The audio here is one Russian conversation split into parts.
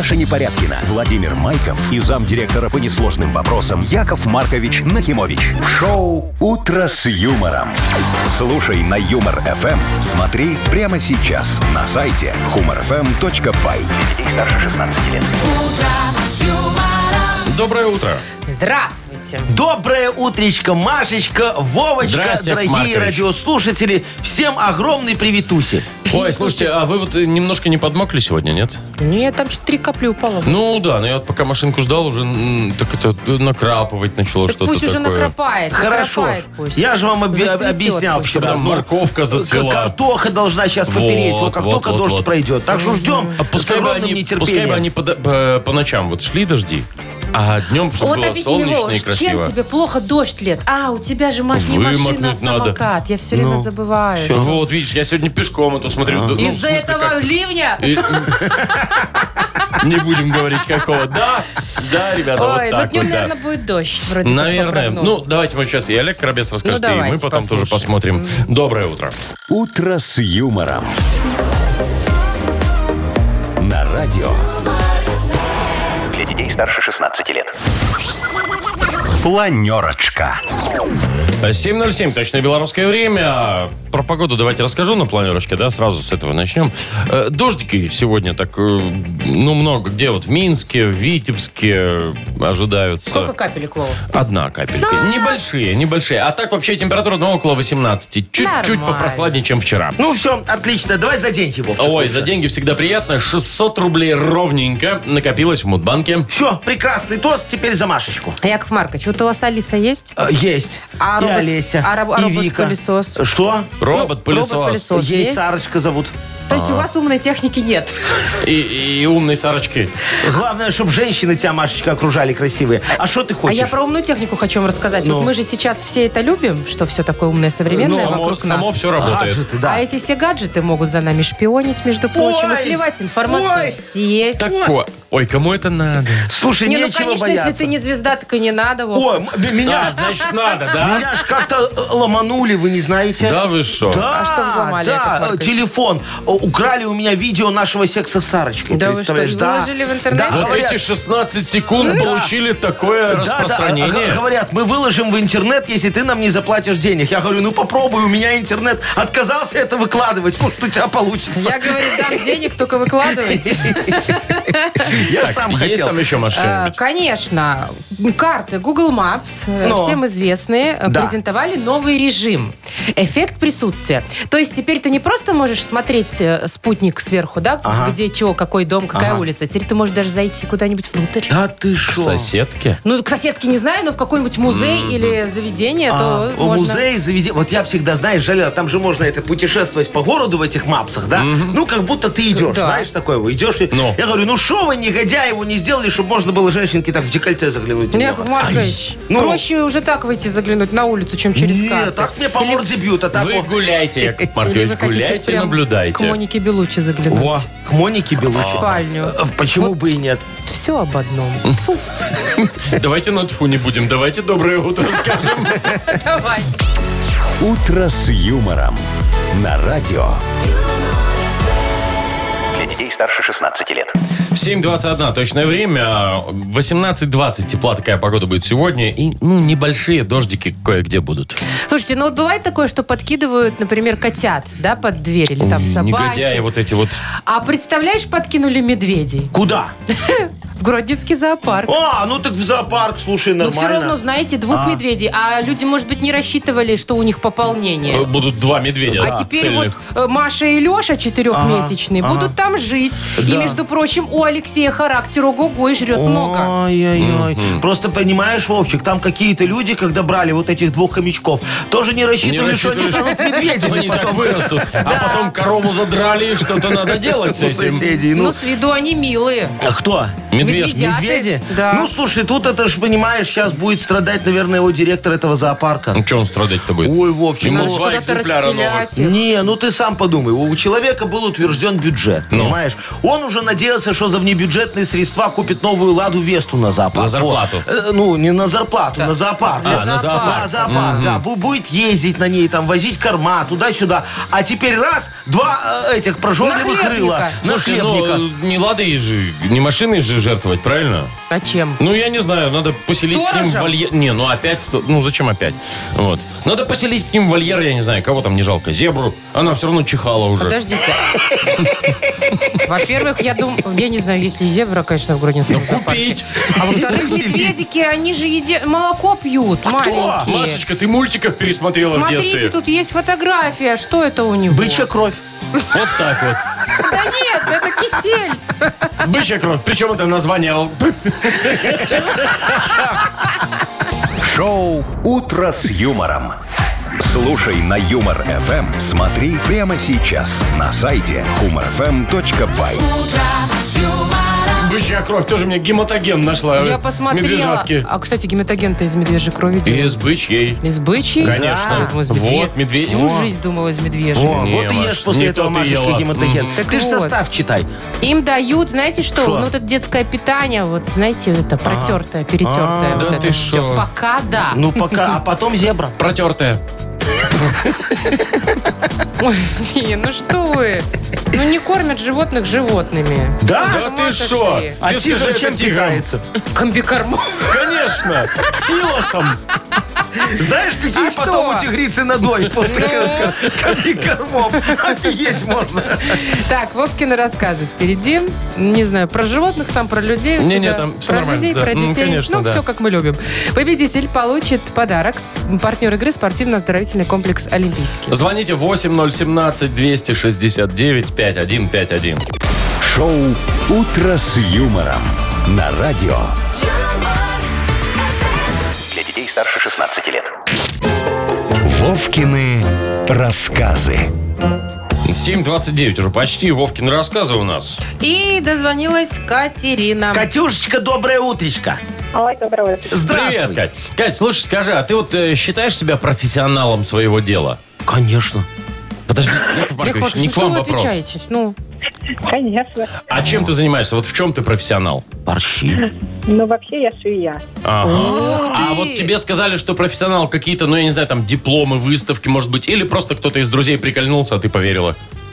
Маша Непорядкина, Владимир Майков и замдиректора по несложным вопросам Яков Маркович Нахимович. В шоу «Утро с юмором». Слушай на Юмор-ФМ. Смотри прямо сейчас на сайте humorfm.by. Для детей старше 16 лет. Доброе утро. Здравствуйте. Доброе утречко, Машечка, Вовочка, Здрасте, дорогие Маркович. радиослушатели. Всем огромный привитуси. Ой, слушайте, а вы вот немножко не подмокли сегодня, нет? Нет, там 4 капли упало. Ну да, но я вот пока машинку ждал, уже так это накрапывать начало Так что-то пусть уже такое. накропает. Хорошо. накропает пусть. Я же вам Зацветет объяснял пусть. вчера. Там морковка зацвела. Картоха должна сейчас попереть. Вот как только дождь пройдет. Так что ждем А с пускай бы огромным они, пускай бы нетерпением. они по ночам вот шли дожди, а днем, чтобы Вот было объясни, солнечно Вов, и чем красиво. тебе плохо дождь лет? А, у тебя же не машина, а Вымокнуть надо. самокат. Я все время забываю. Вот, видишь, я сегодня пешком это смотрю. Ну, в Из-за смысле, этого как? ливня? Не будем говорить какого. Да, ребята, Ой, вот ну так днем, вот, да. наверное, будет дождь. Вроде как по Наверное. прогнозу. Ну, давайте мы сейчас и Олег Коробец расскажет, и мы давайте потом тоже послушаем. посмотрим. Доброе утро. «Утро с юмором». На радио. Для детей старше 16 лет. Планерочка. 7:07, точное белорусское время. Про погоду давайте расскажу на планерочке, да, сразу с этого начнем. Дождики сегодня так, много где. Вот в Минске, в Витебске ожидаются. Сколько капелек, Вова? Одна капелька. Небольшие. А так вообще температура около 18. Чуть-чуть Нормально. попрохладнее, чем вчера. Ну все, отлично. Давай за деньги, Вовчик. Ой, за деньги всегда приятно. 600 рублей ровненько накопилось в Мудбанке. Все, прекрасный тост. Теперь за Машечку. Яков Маркович, вот у вас Алиса есть? Есть. А И робот- Олеся. а и Вика. робот-пылесос? Что? Робот-пылесос. робот-пылесос. Ей есть? Сарочка зовут. То есть у вас умной техники нет? И умной Сарочки. Главное, чтобы женщины тебя, Машечка, окружали красивые. А что ты А хочешь? я про умную технику хочу вам рассказать. Ну. Вот мы же сейчас все это любим, что все такое умное, современное вокруг Само нас. все работает. Гаджеты, да. А эти все гаджеты могут за нами шпионить, между прочим, и Ой! сливать информацию Ой! в сеть. Такое. Ой, кому это надо? Слушай, Не, ну, нечего конечно, бояться. если ты не звезда, так и не надо. Вов. Ой, меня ж Значит, надо, да? Меня ж как-то ломанули, вы не знаете? Да вы что? Да, А что взломали, Яков да, Маркович? телефон. Украли у меня видео нашего секса с Сарочкой. Да вы что, представляешь? и выложили в интернет? Да, Вот говорят, эти 16 секунд получили такое да, распространение. говорят, мы выложим в интернет, если ты нам не заплатишь денег. Я говорю, ну попробуй, у меня интернет отказался это выкладывать. Может, у тебя получится. Я, говорит, дам денег, только выкладывайте. Я Так, сам есть хотел. там еще, Маш, что-нибудь? Конечно. Карты Google Maps, Но. всем известные, Да. презентовали новый режим. Эффект присутствия. То есть теперь ты не просто можешь смотреть спутник сверху, да, где чего, какой дом, какая улица. Теперь ты можешь даже зайти куда-нибудь внутрь. Да ты К шо? соседке? Ну, к соседке не знаю, но в какой-нибудь музей или заведение, то можно... Музей, заведение. Вот я всегда, знаешь, жалела, там же можно это путешествовать по городу в этих мапсах, да? Ну, как будто ты идешь, Да. знаешь, такое. Идешь и... Ну. Я говорю, ну шо вы, негодяи, его не сделали, чтобы можно было женщинке так в декольте заглянуть немного? Яков Маркович, ну. проще уже так выйти заглянуть на улицу, чем через Нет, карты. так мне по Или- морде бьют, а так... Вы гуляйте, Яков Или Маркович, вы хотите гуляйте, прям к наблюдайте. Монике Белуччи заглянуть? Во, к Монике В Белусе. спальню. Почему бы и нет? Все об одном. Давайте на тьфу не будем, давайте доброе утро скажем. Давай. «Утро с юмором». На радио. Для детей старше 16 лет. 7:21 точное время. 18:20 тепла такая погода будет сегодня. И, небольшие дождики кое-где будут. Слушайте, ну вот бывает такое, что подкидывают, например, котят, да, под дверь или там Негодяи собачек. вот эти вот. А представляешь, подкинули медведей Куда? в Гродненский зоопарк. А, ну так в зоопарк, слушай, Ну, нормально. все равно, знаете, двух медведей. А люди, может быть, не рассчитывали, что у них пополнение. Будут два медведя. А теперь цельных. вот Маша и Леша, 4-месячные, будут там жить. И, Да. между прочим, у Алексея характер ого-го и жрет много. Ой-ой-ой. Просто понимаешь, Вовчик, там какие-то люди, когда брали вот этих двух хомячков, тоже не рассчитывали, что они станут что медведями они так потом. вырастут. А потом корову задрали, и что-то надо делать с У этим. соседей. Ну, Ну, с виду они милые. а кто? Медвежки. Медведята. Медведи? Да. Ну, слушай, тут это ж, понимаешь, сейчас будет страдать, наверное, его директор этого зоопарка. Ну, что он страдать-то будет? Ой, Вовчик, Ему ну, два Куда-то экземпляра новых. расселять их. Не, ну ты сам подумай. У человека был утвержден бюджет, понимаешь? Он уже надеялся, что за внебюджетные средства купит новую «Ладу Весту» на зоопарк. На зарплату. Вот. Ну, не на зарплату, на зоопарк. Для на зоопарк. На зоопарк, да. Будет ездить на ней, там, возить корма туда-сюда. А теперь раз, два этих прожорливых На крыла. хлебника. На Слушайте, хлебника. ну, не лады же, не машины же жертвовать, правильно? А чем? Ну, я не знаю, надо поселить к ним Сторожем? вольер. Не, ну опять, ну зачем опять? Вот. Надо поселить к ним вольер, я не знаю, кого там не жалко. Зебру. Она все равно чихала уже. Подождите. Во-первых, я думаю, я не знаю, есть ли зебра, конечно, в Гродненском зоопарке. Купить. А во-вторых, медведики, они же молоко пьют, маленькие. Машечка, ты мультиков пересмотрела в Смотрите, детстве. тут есть фотография. Что это у него? Бычья кровь. Вот так вот. Да нет, это кисель. Бычья кровь. Причем это название... Шоу «Утро с юмором». Слушай на Юмор ФМ. Смотри прямо сейчас на сайте humorfm.by. Бычья кровь тоже мне гематоген нашла. Я посмотрела. Медвежатки. А, кстати, гематоген-то из медвежьей крови делают. Из бычьей. Из бычьей? Конечно. Я думала, из медвежьей. Вот, медведь. Всю О. жизнь думала из медвежьей. О, Не, вот и Маш, ешь после не этого, то ты Машечка, ела. гематоген. Так Ты же вот. состав читай. Им дают, знаете что? Шо? Ну, вот это детское питание, вот, знаете, это протертое, перетертое. Да Вот ты это шо? все. Пока да. Ну, пока, а потом зебра. Протертая. Ой, не, ну что вы? Ну, не кормят животных животными. Да? Да ты Матушки. шо? А Ты тигр скажи это чем тиграм. питается? Комбикормом. Конечно. Силосом. Знаешь, какие А потом что? у тигрицы надой после кормов? Офигеть можно. Так, Вовкины рассказы впереди. Не знаю, про животных там, про людей. у Не-не, тебя? там всё про нормально, людей, да. про детей. Конечно, ну, да. все как мы любим. Победитель получит подарок. Партнер игры спортивно-оздоровительный комплекс «Олимпийский». Звоните 8017-269-5151. Шоу «Утро с юмором» на радио. Для детей старше 16 лет. Вовкины рассказы. 7:29 уже почти. Вовкины рассказы у нас. И дозвонилась Катерина. Катюшечка, доброе утречко. Ой, доброе утро. Здравствуй. Привет, Кать. Кать, слушай, скажи, а ты вот считаешь себя профессионалом своего дела? Конечно. Подождите, Яков Яков Маркович, Маркович, не ну к вам что вы вопрос. отвечаете? Ну, Конечно. А чем ты занимаешься? Вот в чем ты профессионал? Борщи. Ну, вообще я швея. Ага. Ух А ты! вот тебе сказали, что профессионал какие-то, ну, я не знаю, там, дипломы, выставки, может быть, или просто кто-то из друзей прикольнулся, а ты поверила?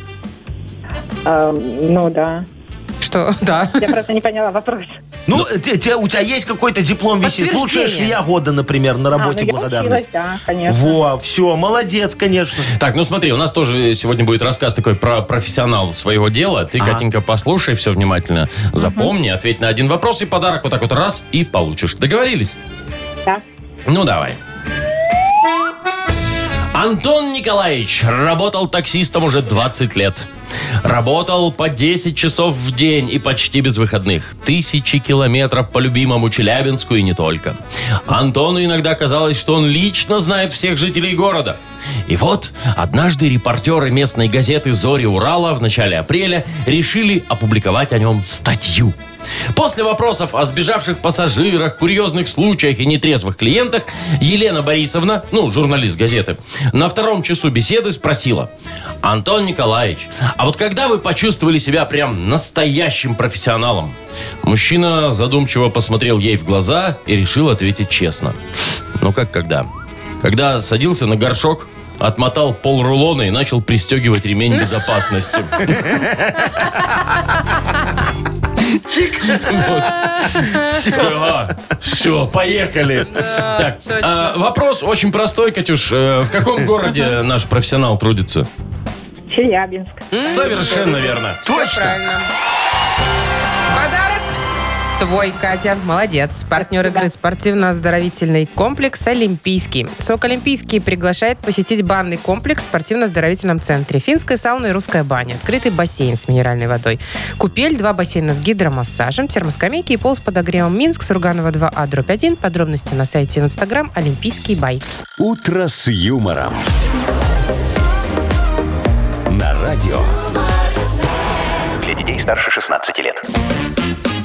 Ну, да. что? Да. Я просто не поняла вопрос. Ну, у тебя есть какой-то диплом висит? Лучшая Подтверждение. швея года, например, на работе я благодарность. училась, да, конечно. Во, все, молодец, конечно. Так, ну смотри, у нас тоже сегодня будет рассказ такой про профессионал своего дела. Ты, Катенька, послушай все внимательно, запомни, ответь на один вопрос, и подарок вот так вот раз, и получишь. Договорились? Да. Ну, давай. Антон Николаевич работал таксистом уже 20 лет. Работал по 10 часов в день и почти без выходных. Тысячи километров по любимому Челябинску и не только. Антону иногда казалось, что он лично знает всех жителей города. И вот однажды репортеры местной газеты «Зори Урала» в начале апреля решили опубликовать о нем статью. После вопросов о сбежавших пассажирах, курьезных случаях и нетрезвых клиентах Елена Борисовна, журналист газеты, на втором часу беседы спросила: «Антон Николаевич, а вот когда вы почувствовали себя прям настоящим профессионалом?» Мужчина задумчиво посмотрел ей в глаза и решил ответить честно. Ну как когда? Когда садился на горшок, отмотал полрулона и начал пристегивать ремень безопасности. Чик. Все, поехали. Так, точно. вопрос очень простой, Катюш. В каком городе наш профессионал трудится? Челябинск. Совершенно верно. Точно. Правильно. Подарок твой, Катя. Молодец. Партнер игры спортивно-оздоровительный комплекс «Олимпийский». СОК «Олимпийский» приглашает посетить банный комплекс в спортивно-оздоровительном центре. Финская сауна и русская баня. Открытый бассейн с минеральной водой. Купель, 2 бассейна с гидромассажем, термоскамейки и пол с подогревом. Минск, Сурганова 2А/1. Подробности на сайте и в Инстаграм «Олимпийский бай». «Утро с юмором». На радио. Для детей старше 16 лет.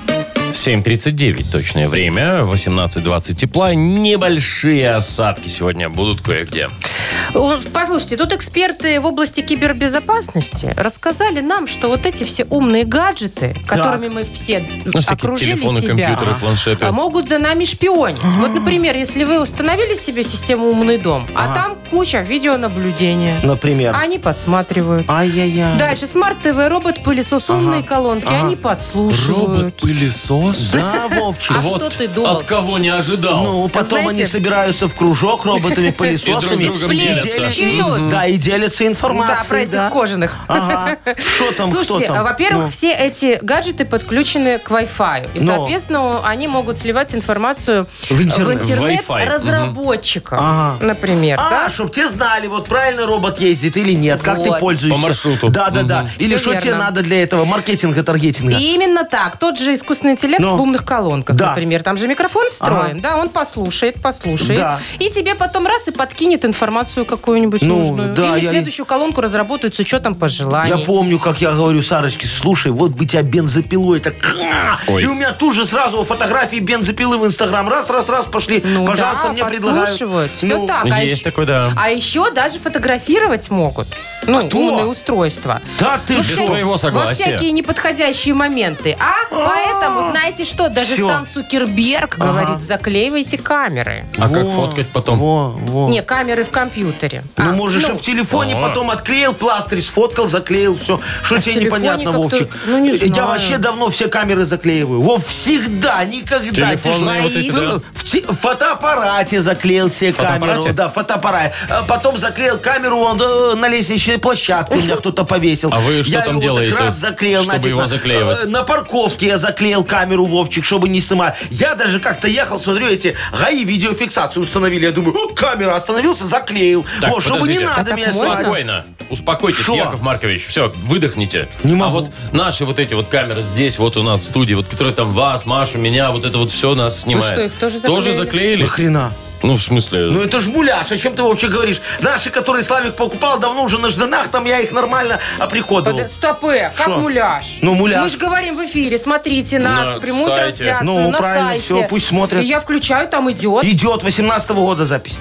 7:39 точное время, 18:20 тепла. Небольшие осадки сегодня будут кое-где. Послушайте, тут эксперты в области кибербезопасности рассказали нам, что вот эти все умные гаджеты, которыми мы все всякие окружили телефоны, себя, компьютеры, планшеты. могут за нами шпионить. Вот, например, если вы установили себе систему «Умный дом», а там куча видеонаблюдения. Например. Они подсматривают. Ай-яй-яй. Дальше смарт-ТВ, робот-пылесос, умные колонки, они подслушивают. Робот-пылесос? Да, Вовчик. А что ты думал? От кого не ожидал? Ну, потом Знаете- они собираются в кружок роботами-пылесосами. И друг другом делятся. Да, и делятся информацией. Да, про этих кожаных. Ага. Что там, Слушайте, кто там? во-первых, Ну. все эти гаджеты подключены к Wi-Fi. И, Но. соответственно, они могут сливать информацию В интернет. Wi-Fi. разработчикам, Ага. например. да? Чтоб те знали, вот правильно робот ездит или нет, как ты Вот. пользуешься. По маршруту. Да. Или Всё что тебе верно. надо для этого? Маркетинга, таргетинга. И именно так. Тот же искусственный интеллект Но. в умных колонках, Да. например. Там же микрофон встроен, да, он послушает, Да. и тебе потом раз и подкинет информацию какую-нибудь Ну, нужную. да, Или я- следующую колонку разработают с учетом пожеланий. Я помню, как я говорю Сарочке, слушай, вот бы тебя бензопилой так... Ой. И у меня тут же сразу фотографии бензопилы в Инстаграм. Раз, пошли. Ну Пожалуйста, да, мне предлагают. подслушивают. Все Ну, так. Есть такой, да. А еще даже фотографировать могут. Ну, Кто? умные устройства. Да ты Без что? твоего Во согласия. всякие неподходящие моменты. Поэтому, знаете что, даже Всё. сам Цукерберг говорит, заклеивайте камеры. А как Во, фоткать потом? Во. Не, камеры в компьютере. Ну, можешь и в телефоне потом отклеил пластырь, сфоткал, заклеил, все. Что в тебе телефоне непонятно, как-то, Вовчик? ну, не Я знаю. вообще давно все камеры заклеиваю. Во, всегда, никогда. Ты ж Телефонные вот эти, да? боитесь? В фотоаппарате заклеил себе Фотоаппарате? камеру. Да, фотоаппарат. Потом заклеил камеру на лестничной площадке. У меня кто-то повесил. А вы что Я там его делаете, так раз заклеил чтобы нафиг его заклеивать? На парковке я заклеил камеру, Вовчик, чтобы не снимать. Я даже как-то ехал, смотрю, эти ГАИ видеофиксацию установили. Я думаю, камера, остановился, заклеил. Так, Вот, чтобы не подождите. надо А так меня можно? снимать. Спокойно. Успокойтесь, Шо? Яков Маркович. Все, выдохните. Не А могу. вот наши вот эти вот камеры здесь, вот у нас в студии, вот которые там вас, Машу, меня, вот это вот все нас снимает. что, их тоже Тоже заклеили? Нахрена? Ну, в смысле... Ну это ж муляж, о чем ты вообще говоришь? Наши, которые Славик покупал давно уже на Жданах, там я их нормально оприходовал. Стопы, как Шо? муляж? Ну, муляж. Мы же говорим в эфире, смотрите нас, На прямую сайте. трансляцию Ну, на правильно, сайте. всё, пусть смотрят. И я включаю, там идет. Идет 18-го года запись.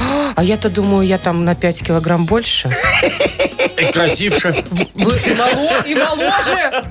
А я-то думаю, я там на 5 килограмм больше. И красивше. И моложе.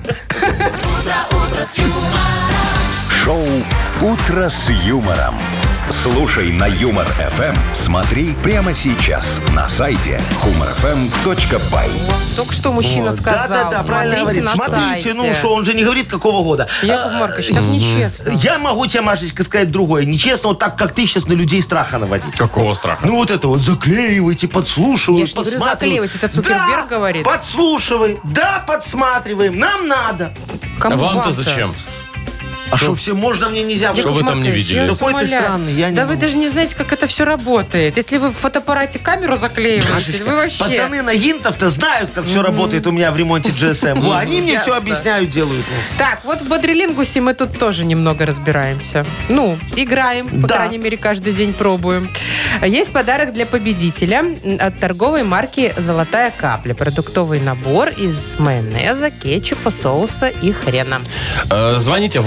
Шоу «Утро с юмором». Слушай на Юмор ФМ. Смотри прямо сейчас на сайте humorfm.by. Только что мужчина Вот. сказал. Да, правильно Смотрите говорит. на Смотрите, сайте. ну что, он же не говорит, какого года. Яков Маркович, так нечестно. Я могу тебе, Машечка, сказать другое. Нечестно вот так, как ты сейчас на людей страха наводить. Какого страха? Ну вот это вот заклеивайте, подслушивают, Я ж не говорю подсматривают. заклеивать, это Цукерберг Да, говорит. подслушивай, да, подсматриваем, нам надо. А Кому вам-то вам-то? зачем? А что, всем можно, мне нельзя? Что вы там не Маркович, видели? я вас Какой ты умоляю. странный, я не Да вы могу. даже не знаете, как это все работает. Если вы в фотоаппарате камеру заклеиваете, Машечка, вы вообще... пацаны на гинтов-то знают, как все работает у меня в ремонте GSM. Во, они мне все Ясно. объясняют, делают. Так, вот в Бодрилингусе мы тут тоже немного разбираемся. Ну, играем, по Да. крайней мере, каждый день пробуем. Есть подарок для победителя от торговой марки «Золотая капля». Продуктовый набор из майонеза, кетчупа, соуса и хрена. Звоните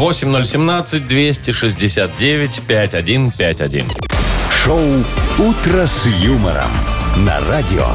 8017-269-5151. Шоу «Утро с юмором» на радио.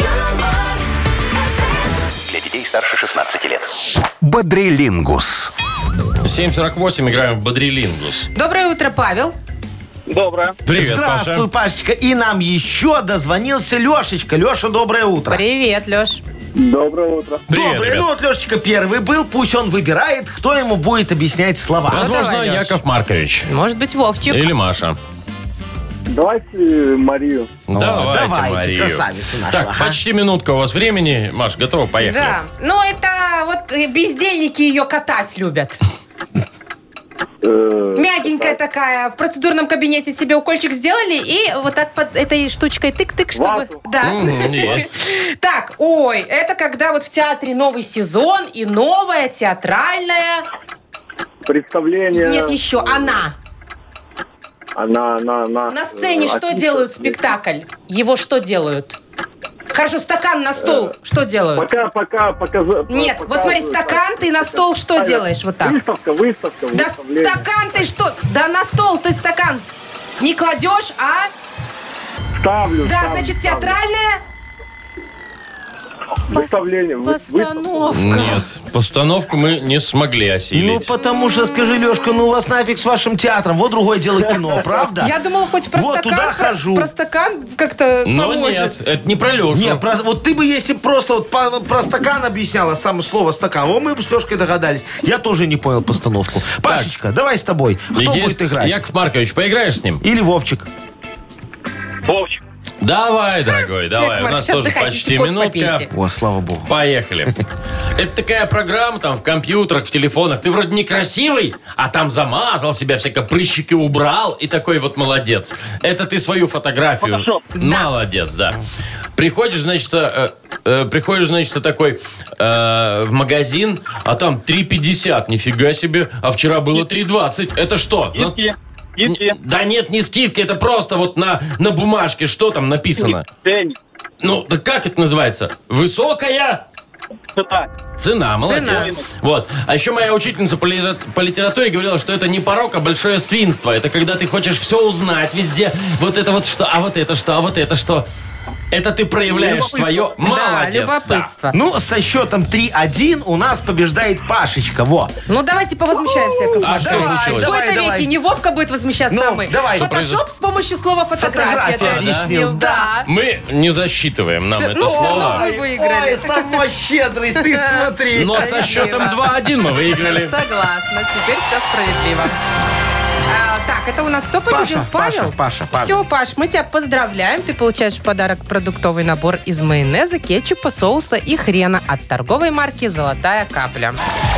Для детей старше 16 лет. Бодрилингус. 7:48, играем в Бодрилингус. Доброе утро, Павел. Доброе. Привет, Здравствуй, Паша. Пашечка. И нам еще дозвонился Лешечка. Леша, доброе утро. Привет, Леш. Доброе утро. Привет, Доброе. ребят. Ну вот Лешечка первый был. Пусть он выбирает, кто ему будет объяснять слова. Возможно, давай, Леш. Яков Маркович. Может быть, Вовчик. Или Маша. Давайте Марию. Давайте, давайте, Марию. красавицу нашу, Так, ага. почти минутка у вас времени. Маш, готова? Поехали. Да. Ну, это вот бездельники ее катать любят. Мягенькая такая. В процедурном кабинете себе укольчик сделали и вот так под этой штучкой тык-тык, чтобы... Вату. Да. Есть. Так, ой, это когда вот в театре новый сезон и новая театральная... Представление. Нет, еще она. На На сцене что делают спектакль? Его что делают? Хорошо, стакан на стол. Что делают? Пока. Нет, вот смотри, стакан, ты на стол что делаешь? Вот так. Выставка, Да выставление. стакан ты что? Да на стол ты стакан не кладешь, а? Ставлю. Да, значит, театральная Выставление. постановка. Нет, постановку мы не смогли Ну, осилить. потому что, скажи, Лешка, ну у вас нафиг с вашим театром. Вот другое дело кино, правда? Я думала, хоть про Вот стакан. туда хожу. Про стакан как-то Но поможет. нет, это не про Лешу. Не, вот ты бы, если просто вот про стакан объясняла, само слово стакан, мы бы с Лешкой догадались. Я тоже не понял постановку. Пашечка, давай с тобой. Кто Есть будет играть? Яков Маркович, поиграешь с ним? Или Вовчик? Вовчик. Давай, дорогой, давай. У Маркович, нас тоже отдыхайте, почти кофе минутка. попейте. О, слава богу. Поехали. Это такая программа там в компьютерах, в телефонах. Ты вроде некрасивый, а там замазал себя, всякие прыщики убрал и такой вот молодец. Это ты свою фотографию. Фотошоп. Молодец, да. Приходишь, значит, такой в магазин, а там 3,50. Нифига себе. А вчера было 3,20. Это что? Скидки. Да нет, не скидка, это просто вот на бумажке. Что там написано? Ценник. Ну, да как это называется? Высокая цена, молодец. Цена. Вот. А еще моя учительница по литературе говорила, что это не порок, а большое свинство. Это когда ты хочешь все узнать везде. Вот это вот что, а вот это что, а вот это что. Это ты проявляешь свое... Да, Молодец, любопытство. Ну, со счетом 3-1 у нас побеждает Пашечка. Во. Ну, давайте повозмущаемся, Яков Маркович. что случилось? В кои-то веки не Вовка будет возмущаться, Ну, а мы. давай. Фотошоп с помощью слова фотография. Фотография ты объяснил, да. Мы не засчитываем нам это Ну, слово. вы выиграли. Ой, сама щедрость, ты смотри. Но со счетом 2-1 мы выиграли. Согласна, теперь все справедливо. Так, это у нас кто победил? Павел? Паша. Все, Паш, мы тебя поздравляем. Ты получаешь в подарок продуктовый набор из майонеза, кетчупа, соуса и хрена от торговой марки «Золотая капля».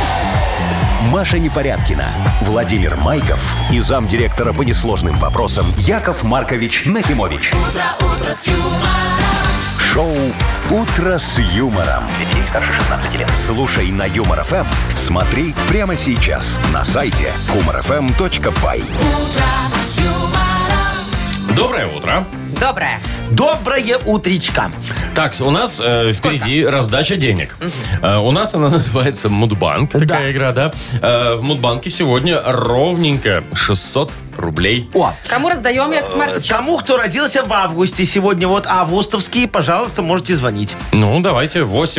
Маша Непорядкина, Владимир Майков и замдиректора по несложным вопросам Яков Маркович Нахимович. Шоу «Утро с юмором». Для детей старше 16 лет. Слушай на Юмор ФМ. Смотри прямо сейчас на сайте humorfm.by. Доброе утро. Доброе. Доброе утречка. Так, у нас впереди раздача денег. У нас она называется Мудбанк, такая игра, да? В Мудбанке сегодня ровненько 600 рублей. О, Кому раздаем, Яков Маркович? тому, кто родился в августе сегодня, вот августовские, пожалуйста, можете звонить. Ну, давайте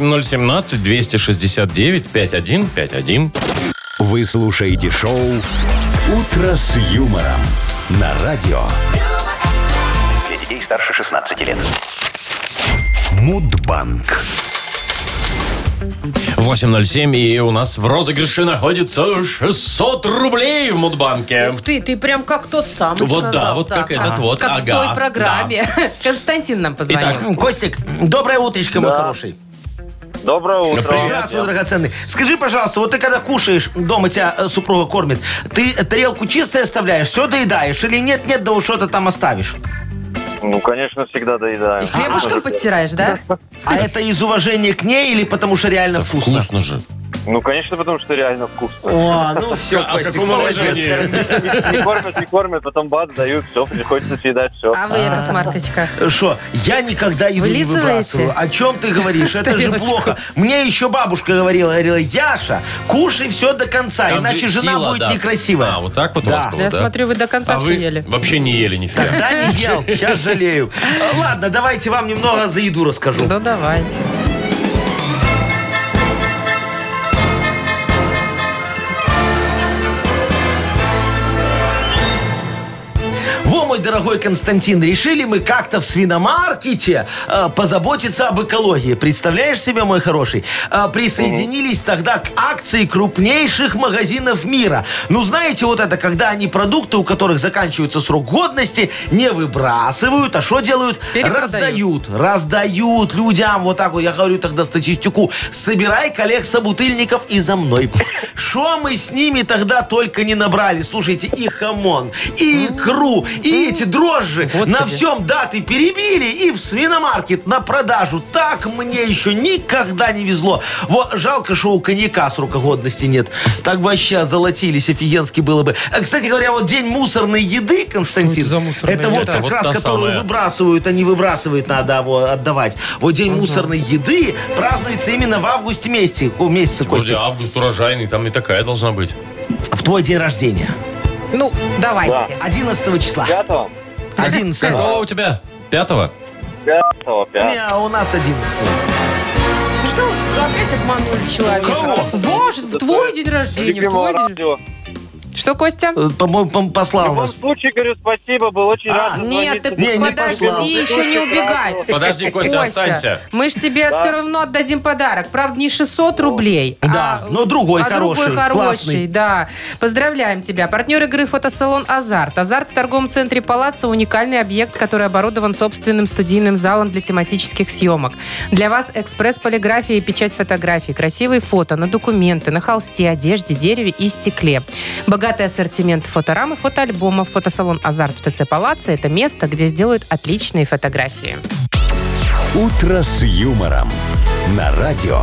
8017-269-5151. Вы слушаете шоу «Утро с юмором» на радио Для детей старше 16 лет. Мудбанк. 8.07, и у нас в розыгрыше находится 600 рублей в Мудбанке. Ух ты прям как тот самый Вот да, сказал. вот как этот вот, Как в ага, той программе. Константин нам позвонил. Итак, Костик, доброе утречко, мой хороший. Доброе утро. Привет. Здравствуй, драгоценный. Скажи, пожалуйста, вот ты когда кушаешь, дома тебя супруга кормит, ты тарелку чистой оставляешь, все доедаешь или нет-нет, да уж что-то там оставишь? Ну, конечно, всегда И доедаем. хлебушком подтираешь, да? А это из уважения к ней или потому что реально вкусно? Вкусно же. Ну, конечно, потому что реально вкусно. О, ну все, О Костик, каком молодец. уважении. Не кормят, потом бац, дают, все, приходится съедать все. А вы, Яков Маркович, как? Что, я никогда еду не Вылизываете? выбрасываю. О чем ты говоришь? Это же Тарелочку. плохо. Мне еще бабушка говорила, Яша, кушай все до конца, Там иначе же жена сила, будет да. некрасивая. А, вот так вот у Да. вас было, Я да? смотрю, вы до конца А все вы ели. вообще не ели нифига. Тогда не ел, сейчас жалею. Ладно, давайте вам немного за еду расскажу. Ну, давайте. Во, мой дорогой Константин, решили мы как-то в свиномаркете позаботиться об экологии. Представляешь себе, мой хороший? Присоединились тогда к акции крупнейших магазинов мира. Ну, знаете, вот это, когда они продукты, у которых заканчивается срок годности, не выбрасывают, а что делают? Перепродают. Раздают людям. Вот так вот, я говорю тогда статистику. Собирай коллег собутыльников и за мной. Что мы с ними тогда только не набрали? Слушайте, и хамон, и икру, и эти дрожжи Господи. на всем даты перебили и в свиномаркет на продажу. Так мне еще никогда не везло. Вот жалко, что у коньяка срока годности нет. Так бы вообще озолотились, офигенски было бы. Кстати говоря, вот день мусорной еды, Константин, это за мусорная это вот еда? как Вот раз, та которую самая. выбрасывают, а не выбрасывать надо, а отдавать. Вот день мусорной еды празднуется именно в августе месяце, Подожди, Костя. август урожайный, там и такая должна быть. В твой день рождения. Ну, давайте. 11 числа. 5-го. 11. Какого у тебя? 5-го? 5-го. Не, у нас 11. Ну что, вы опять обманули человека? Кого? Ваш, в твой день рождения. В Любимого твой день... радио. Что, Костя? По-моему, В послал любом нас. случае, говорю, спасибо, был очень рад. Нет, так Не подожди, послал. еще не убегай. Подожди, Костя, останься. Мы ж тебе все равно отдадим подарок. Правда, не 600 рублей. Да, но другой другой хороший, классный. да. Поздравляем тебя. Партнер игры фотосалон «Азарт». «Азарт» в торговом центре «Палаццо» — уникальный объект, который оборудован собственным студийным залом для тематических съемок. Для вас экспресс-полиграфия и печать фотографий, красивые фото на документы, на холсте, одежде, дереве и стекле. Богатый ассортимент фоторам и фотоальбомов. Фотосалон «Азарт» в ТЦ «Палаццо» — это место, где сделают отличные фотографии. «Утро с юмором» на радио.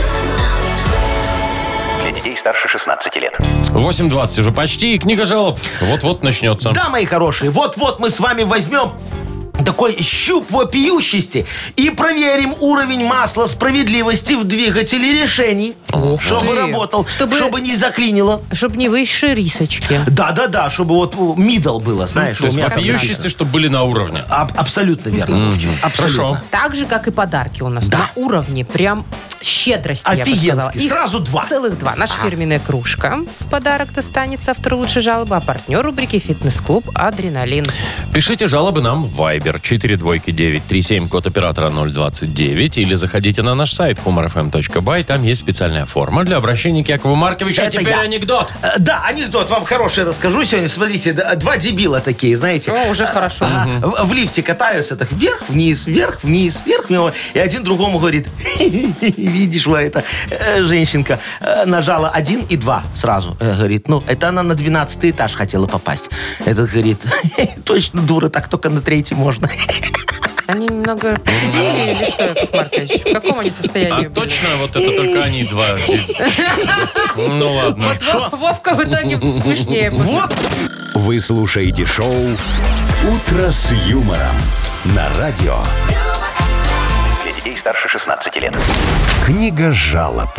Для детей старше 16 лет. 8:20 уже почти, и книга жалоб вот-вот начнется. Да, мои хорошие, вот-вот мы с вами возьмем такой щуп вопиющести и проверим уровень масла справедливости в двигателе решений. Чтобы ты. работал, чтобы не заклинило. Чтобы не выше рисочки. Да, чтобы вот мидл было, знаешь. То есть у меня там вопиющести, чтобы были на уровне. абсолютно верно, Вовчик, абсолютно. Хорошо. Так же, как и подарки у нас. Да. На уровне прям щедрости, я бы сказала. Офигенски, Их сразу 2. Целых 2. Наша фирменная кружка в подарок достанется автору лучшей жалобы, а партнер рубрики «Фитнес-клуб Адреналин». Пишите жалобы нам в Viber 42937, код оператора 029, или заходите на наш сайт humorfm.by. Там есть специальная форма для обращения к Якову Марковичу. А Это теперь я. анекдот. Да, анекдот вам хороший расскажу сегодня. Смотрите, 2 дебила такие, знаете. О, уже хорошо. В лифте катаются так вверх-вниз, вверх-вниз, вверх-вниз. И один другому говорит: видишь, вот эта женщинка нажала 1 и 2 сразу. Говорит, ну, это она на 12 этаж хотела попасть. Этот говорит: точно дура, так только на 3 можно. Они немного похудели или что, Яков Маркович? В каком они состоянии А были? точно вот это только они два? Ну ладно. Вот Вовка в итоге смешнее был. Вот. Вы слушаете шоу «Утро с юмором» на радио. Для детей старше 16 лет. Книга жалоб.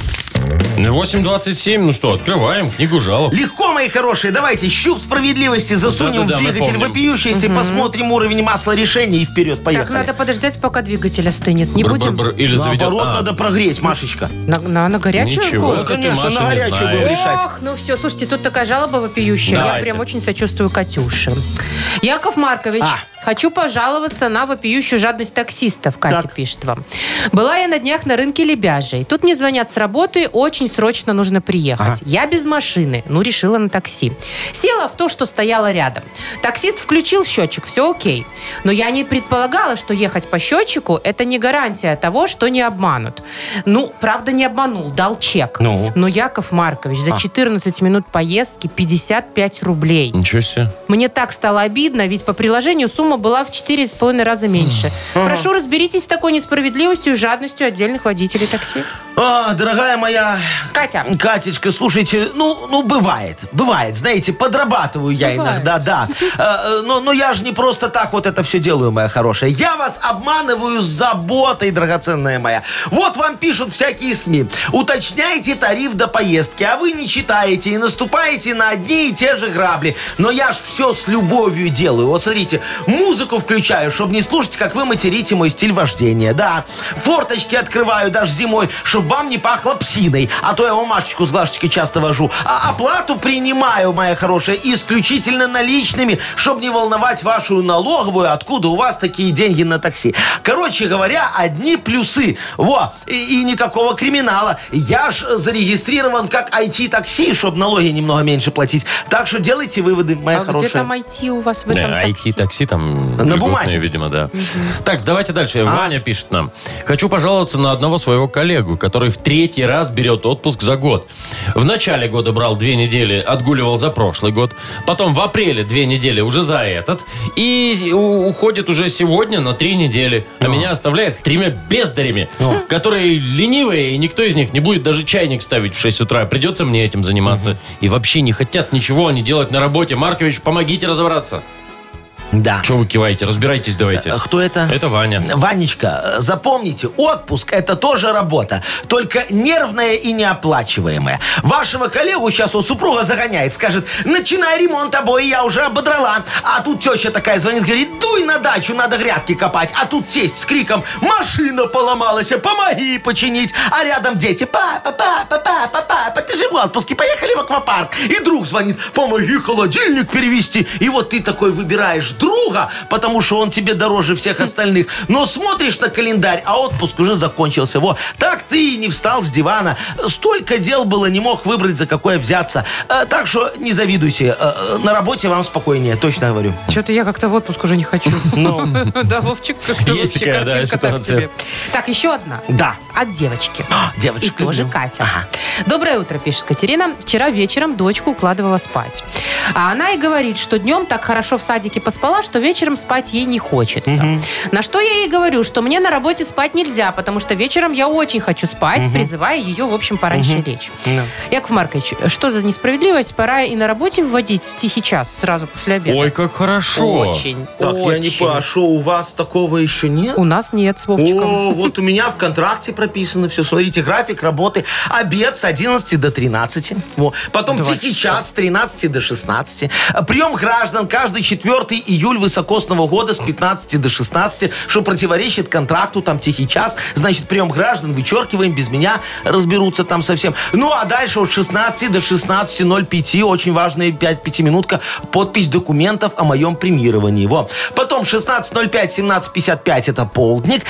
8:27, ну что, открываем книгу жалоб. Легко, мои хорошие, давайте щуп справедливости засунем Да-да-да, в мы двигатель помним. вопиющести, посмотрим уровень масла решения и вперед, Так, поехали. надо подождать, пока двигатель остынет. Не будем? Бр-бр-бр. Или заведет. Наоборот, А, надо прогреть, Машечка. На горячую Ничего. голову? Это ты, Конечно, Маша, на не горячую знаешь. будем решать. Ох, ну все, слушайте, тут такая жалоба вопиющая. Я Давайте. прям очень сочувствую Катюше. Яков Маркович, хочу пожаловаться на вопиющую жадность таксистов, Катя Так. пишет вам. Была я на днях на рынке Лебяжий. Тут мне звонят с работы, очень срочно нужно приехать. Я без машины, решила на такси. Села в то, что стояло рядом. Таксист включил счетчик, все окей. Но я не предполагала, что ехать по счетчику – это не гарантия того, что не обманут. Правда, не обманул, дал чек. Ну? Но Яков Маркович за 14 минут поездки 55 рублей. Ничего себе. Мне так стало обидно, ведь по приложению сумма была в 4,5 раза меньше. Прошу, разберитесь с такой несправедливостью и жадностью отдельных водителей такси. Дорогая моя Катя. Катечка, слушайте, бывает, знаете, подрабатываю я Бывает. иногда, да. Но я же не просто так вот это все делаю, моя хорошая. Я вас обманываю с заботой, драгоценная моя. Вот вам пишут всякие СМИ. Уточняйте тариф до поездки, а вы не читаете и наступаете на одни и те же грабли. Но я ж все с любовью делаю. Вот смотрите, музыку включаю, чтобы не слушать, как вы материте мой стиль вождения, да. Форточки открываю даже зимой, чтобы вам не пахло псиной. А то я Машечку с Глашечкой часто вожу. А оплату принимаю, моя хорошая, исключительно наличными, чтобы не волновать вашу налоговую, откуда у вас такие деньги на такси. Короче говоря, одни плюсы. И никакого криминала. Я ж зарегистрирован как IT-такси, чтобы налоги немного меньше платить. Так что делайте выводы, моя А хорошая. где там IT у вас в этом такси? IT-такси, там льготные, бумаге. видимо, да. Так, давайте дальше. Ваня пишет нам. Хочу пожаловаться на одного своего коллегу, который в 3-й раз берет отпуск за год. В начале года брал 2 недели, отгуливал за прошлый год. Потом в апреле 2 недели уже за этот. И уходит уже сегодня на 3 недели. А меня оставляет с 3 бездарями, которые ленивые, и никто из них не будет даже чайник ставить в 6 утра. Придется мне этим заниматься. И вообще не хотят ничего не делать на работе. Маркович, помогите разобраться. Да. Что вы киваете? Разбирайтесь давайте. Кто это? Это Ваня. Ванечка, запомните, отпуск – это тоже работа, только нервная и неоплачиваемая. Вашего коллегу сейчас супруга загоняет, скажет: начинай ремонт обои, я уже ободрала. А тут теща такая звонит, говорит: дуй на дачу, надо грядки копать. А тут тесть с криком: машина поломалась, помоги починить. А рядом дети: папа, ты же в отпуске, поехали в аквапарк. И друг звонит: помоги холодильник перевести. И вот ты такой выбираешь друга, потому что он тебе дороже всех остальных. Но смотришь на календарь, а отпуск уже закончился. Во, так ты и не встал с дивана. Столько дел было, не мог выбрать, за какое взяться. Так что не завидуйте. На работе вам спокойнее, точно говорю. Что-то я как-то в отпуск уже не хочу. Да, Вовчик, как-то Есть вообще такая, да, картинка так ситуация. себе. Так, еще одна. Да. От девочки. Девочка. И тоже Катя. Ага. Доброе утро, пишет Катерина. Вчера вечером дочку укладывала спать. А она и говорит, что днем так хорошо в садике поспала, что вечером спать ей не хочется. На что я ей говорю, что мне на работе спать нельзя, потому что вечером я очень хочу спать, призывая ее, в общем, пораньше лечь. Яков Маркович, что за несправедливость? Пора и на работе вводить тихий час сразу после обеда. Ой, как хорошо. Очень, Так, очень. я не понял, а что, у вас такого еще нет? У нас нет с Вовчиком. О, вот у меня в контракте прописано все. Смотрите, график работы. Обед с 11 до 13. Во. Потом 2 тихий часа. час с 13 до 16. Прием граждан каждый 4 июль высокосного года с 15 до 16, что противоречит контракту, там тихий час. Значит, прием граждан вычеркиваем, без меня разберутся там совсем. Ну, а дальше от 16 до 16:05, очень важная 5-минутка, подпись документов о моем премировании. Во. Потом 16:05-17:55 это полдник,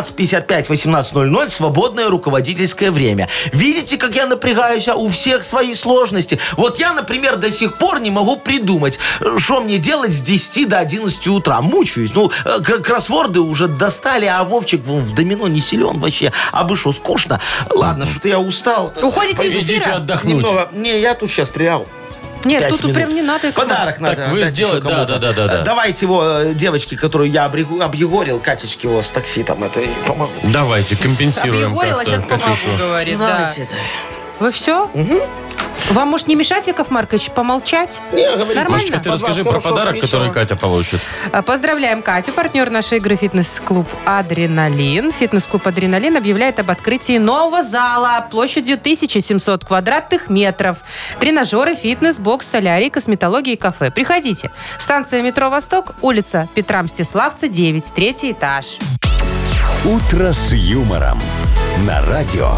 17:55-18:00 свободное руководительское время. Видите, как я напрягаюсь? А у всех свои сложности. Вот я, например, до сих пор не могу придумать, что мне делать с 10 до 11 утра. Мучаюсь. Ну, кроссворды уже достали, а Вовчик в домино не силен вообще. А бы что, скучно? Ладно, что-то я устал. Уходите из Идите эфира? отдохнуть. Немного. Не, я тут сейчас прилягу. Нет, 5 тут минут. прям не надо. Яков Подарок надо. Так вы отдать сделайте, еще кому-то. да. Давайте его девочке, которую я объегорил, Катечке его с такси там, это и помогу. Давайте, компенсируем Объегорила, как-то сейчас помогу, Катюшу. говорит. Да. Давайте это. Вы все? Вам, может, не мешать, Яков Маркович, помолчать? Не, говорите. Нормально? Машечка, ты расскажи про подарок, который Катя получит. Поздравляем Катю, партнер нашей игры «Фитнес-клуб Адреналин». «Фитнес-клуб Адреналин» объявляет об открытии нового зала площадью 1700 квадратных метров. Тренажеры, фитнес, бокс, солярий, косметология и кафе. Приходите. Станция метро «Восток», улица Петра Мстиславца, 9, 3-й этаж. «Утро с юмором» на радио.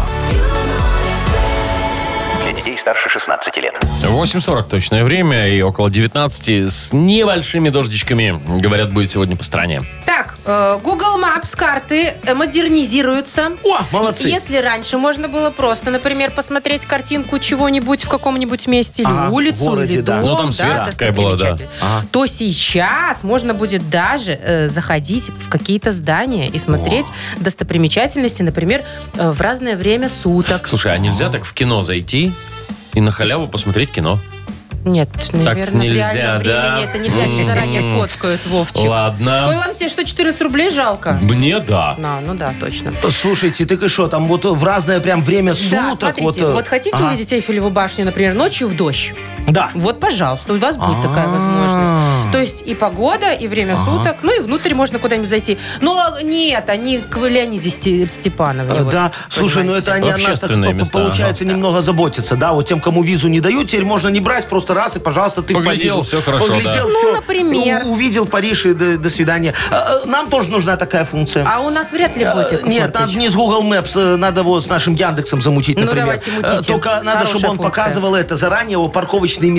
Для детей старше 16 лет. 8:40 точное время и около 19 с небольшими дождичками, говорят, будет сегодня по стране. Так, Google Maps карты модернизируются. О, молодцы. Если раньше можно было просто, например, посмотреть картинку чего-нибудь в каком-нибудь месте, или Ага, улицу, в городе, или да. дом, Ну, там свет такая была, да. достопримечательность, то сейчас можно будет даже заходить в какие-то здания и смотреть достопримечательности, например, в разное время суток. Слушай, а нельзя так в кино зайти и на халяву посмотреть кино? Нет, наверное, нельзя, в реальном времени да? это нельзя, не заранее фоткают, Вовчик. Ой, Ладно. ладно, тебе что, 14 рублей жалко? Мне да. Ну да, точно. Слушайте, так и что, там вот в разное прям время Да, суток. смотрите, вот хотите ага. увидеть Эйфелеву башню, например, ночью в дождь? Да. Вот, пожалуйста, у вас будет такая возможность. То есть и погода, и время суток, ну и внутрь можно куда-нибудь зайти. Но нет, они к Леониде Степановне. вот, Да, слушай, ну это они о нас так, Общественные места, получается, немного заботятся, да, вот тем, кому визу не дают, теперь можно не брать, просто раз и, пожалуйста, ты Поглядел, в Париже. всё хорошо, Поглядел, да. всё. Ну, например. Увидел Париж и до свидания. Нам тоже нужна такая функция. А у нас вряд ли будет, Яков Нет, Маркович. надо не с Google Maps, надо вот с нашим Яндексом замутить, Ну, например. давайте, мутите. Только надо, Хорошая чтобы он функция. показывал это заранее, парковочные места.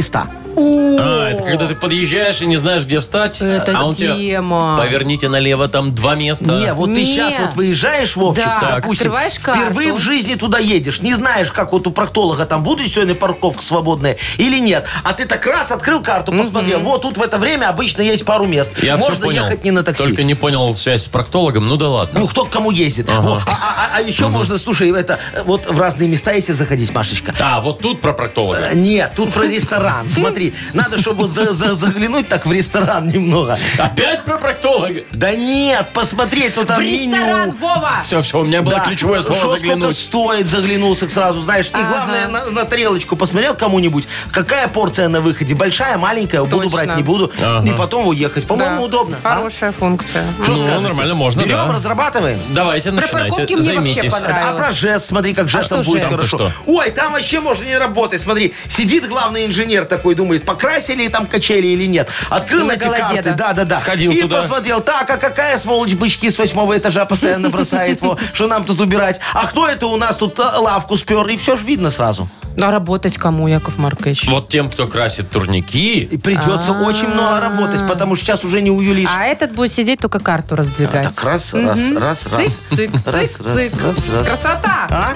Это когда ты подъезжаешь и не знаешь, где встать. Это а он тебе, тема. поверните налево, там 2 места. Не, вот ты Не. сейчас вот выезжаешь, Вовчик, Да, допустим, открываешь впервые карту. в жизни туда едешь, не знаешь, как вот у проктолога там будет сегодня парковка свободная или нет. А ты так раз открыл карту, посмотрел, вот тут в это время обычно есть пару мест. Я все Можно понял. ехать не на такси. Только не понял связь с проктологом. Ну да ладно. Ну, кто к кому ездит. Вот. А еще можно, слушай, это вот в разные места, если заходить, Машечка. Вот тут про проктолога. Нет, тут про ресторан. Смотри, надо, чтобы вот заглянуть так в ресторан немного. Опять про проктолога? Да нет, посмотреть, ну там В ресторан, меню. Вова! Все, у меня было Да. ключевое слово Что сколько заглянуть. стоит, заглянулся сразу, знаешь. И главное, на тарелочку посмотрел кому-нибудь, какая порция на выходе. Большая, маленькая, буду Точно. брать, не буду. Ага. И потом уехать. По-моему, Да. удобно. а? Хорошая функция. Что Ну, скажете? нормально, можно, Берем, да. разрабатываем. Давайте, Про начинайте. парковки мне вообще Займитесь. понравилось. А про жест, смотри, как жестом что будет жест? хорошо. Там-то Ой, там вообще можно не работать. Смотри, сидит главный инженер такой, думает, покрасили там качели или нет. Открыл На эти голодеда. карты, да. Сходил и туда. посмотрел, так, а какая сволочь бычки с 8 этажа постоянно бросает, что нам тут убирать. А кто это у нас тут лавку спер? И все ж видно сразу. Ну, а работать кому, Яков Маркович? Вот тем, кто красит турники, И придется очень много работать, потому что сейчас уже не уюлишь. А этот будет сидеть, только карту раздвигать. Так, раз. Цик-цик, Раз, цик-цик. раз. Красота! А?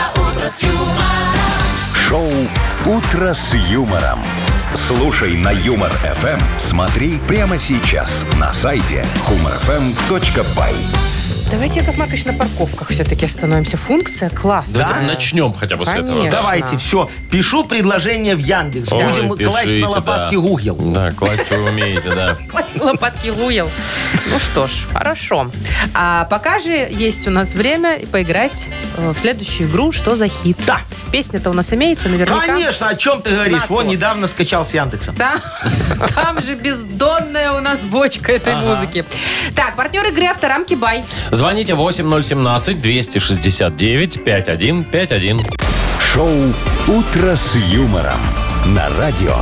Шоу «Утро с юмором». Слушай на Юмор ФМ. Смотри прямо сейчас на сайте humorfm.by. Давайте, Яков Маркович, на парковках все-таки остановимся. Функция класс. давайте начнем хотя бы с этого. Конечно. Давайте, все. Пишу предложение в Яндекс. Ой, Будем класть пишите, на лопатки да. Google. Да, класть вы умеете, да. Лопатки Гуел. Ну что ж, хорошо. А пока же есть у нас время поиграть в следующую игру «Что за хит?». Да. Песня-то у нас имеется наверняка. Конечно, о чем ты говоришь? На Вон, то. недавно скачал с Яндекса. Да, там же бездонная у нас бочка этой музыки. Так, партнер игры «Авторамки Бай». Звоните 8017-269-5151. Шоу «Утро с юмором» на радио.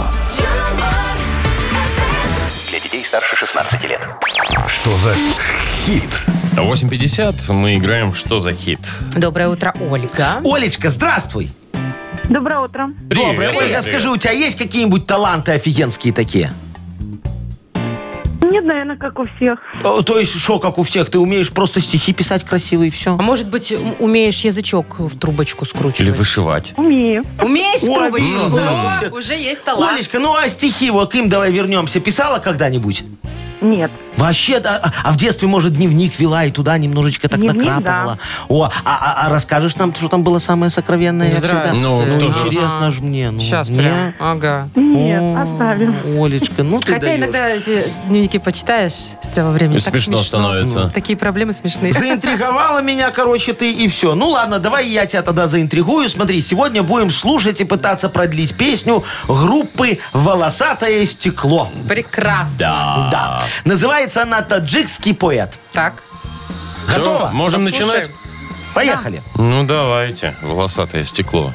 Для детей старше 16 лет. Что за хит? 8:50 мы играем в «Что за хит?». Доброе утро, Ольга. Олечка, здравствуй. Доброе утро. Доброе. Привет. Ольга, скажи, у тебя есть какие-нибудь таланты офигенские такие? Нет, наверное, как у всех. То есть, что, как у всех, ты умеешь просто стихи писать красивые и все? А может быть, умеешь язычок в трубочку Или скручивать? вышивать. Умею. Умеешь Ой, трубочку? видишь, О, всех. уже есть талант. Олечка, ну а стихи, вот к им давай вернемся. Писала когда-нибудь? Нет. Вообще, да, а в детстве, может, дневник вела и туда немножечко так Дневник, накрапывала. О, а расскажешь нам, что там было самое сокровенное? Я всегда- Здравствуйте. Ну, кто же? интересно ж мне. Ну, Сейчас не? прям. Ага. Нет, О, оставим. Олечка, ну ты Хотя даешь. иногда эти дневники почитаешь с того времени. И так смешно смешно становится. Такие проблемы смешные. Заинтриговала меня, короче, ты и все. Ну ладно, давай я тебя тогда заинтригую. Смотри, сегодня будем слушать и пытаться продлить песню группы «Волосатое стекло». Прекрасно. Да. Называется она «Таджикский поэт». Так. Всё, Готово? можем Послушаем. начинать? Поехали. Ну, давайте. «Волосатое стекло».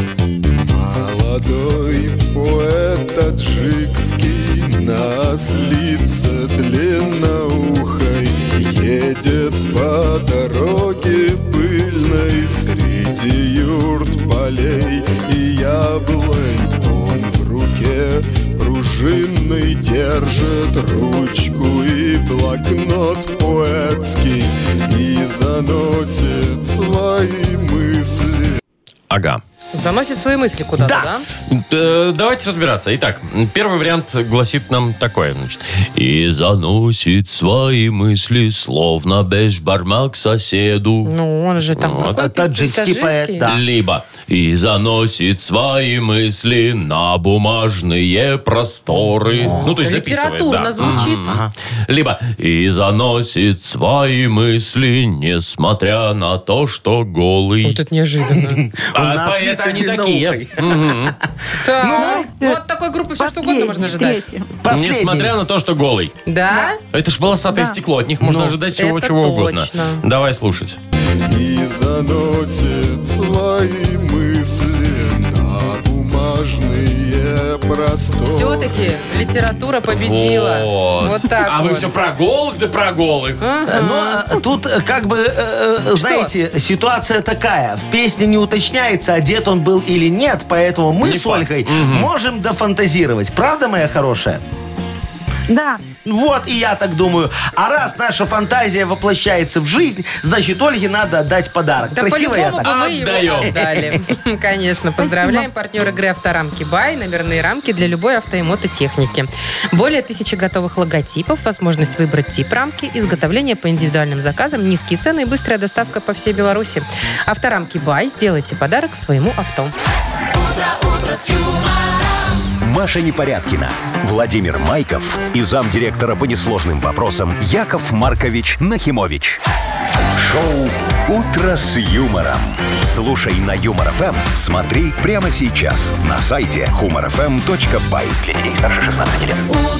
Молодой поэт таджикский на ослице длинноухой едет по дороге пыльной среди юрт полей и яблонь. Он в руке пружинный держит ручку и блокнот поэтский и заносит свои мысли. Ага. Заносит свои мысли куда-то, да? Давайте разбираться. Итак, первый вариант гласит нам такое. Значит. И заносит свои мысли, словно бешбармак к соседу. Ну, он же там... Вот. какой Таджикский поэт, да. Либо и заносит свои мысли на бумажные просторы. Ну, то есть записывает, Литературно да. звучит. Либо и заносит свои мысли, несмотря на то, что голый. Вот это неожиданно. А поэты они такие. Так, ну, от такой группы все что угодно можно ожидать. Третий. Последний. Несмотря на то, что голый. Да? Это ж волосатое стекло, от них можно ожидать всего это чего угодно. точно. Давай слушать. И заносит свои мысли на бумажные просторы. Все-таки литература победила. Вот так А вот. вы все про голых, да про голых. Но тут как бы, знаете, ситуация такая. В песне не уточняется, одет он был или нет, поэтому мы Не с факт. Ольгой можем дофантазировать. Правда, моя хорошая? Да. Вот, и я так думаю. А раз наша фантазия воплощается в жизнь, значит, Ольге надо отдать подарок. Да Красиво я по-любому так? бы мы его Отдаем. отдали. Конечно. Поздравляем партнер игры «Авторамки Бай». Номерные рамки для любой авто и мототехники. Более 1000 готовых логотипов, возможность выбрать тип рамки, изготовление по индивидуальным заказам, низкие цены и быстрая доставка по всей Беларуси. «Авторамки Бай». Сделайте подарок своему авто. Маша Непорядкина, Владимир Майков и замдиректора по несложным вопросам Яков Маркович Нахимович. Шоу «Утро с юмором». Слушай на Юмор ФМ, смотри прямо сейчас на сайте humorfm.by. Для детей старше 16 лет.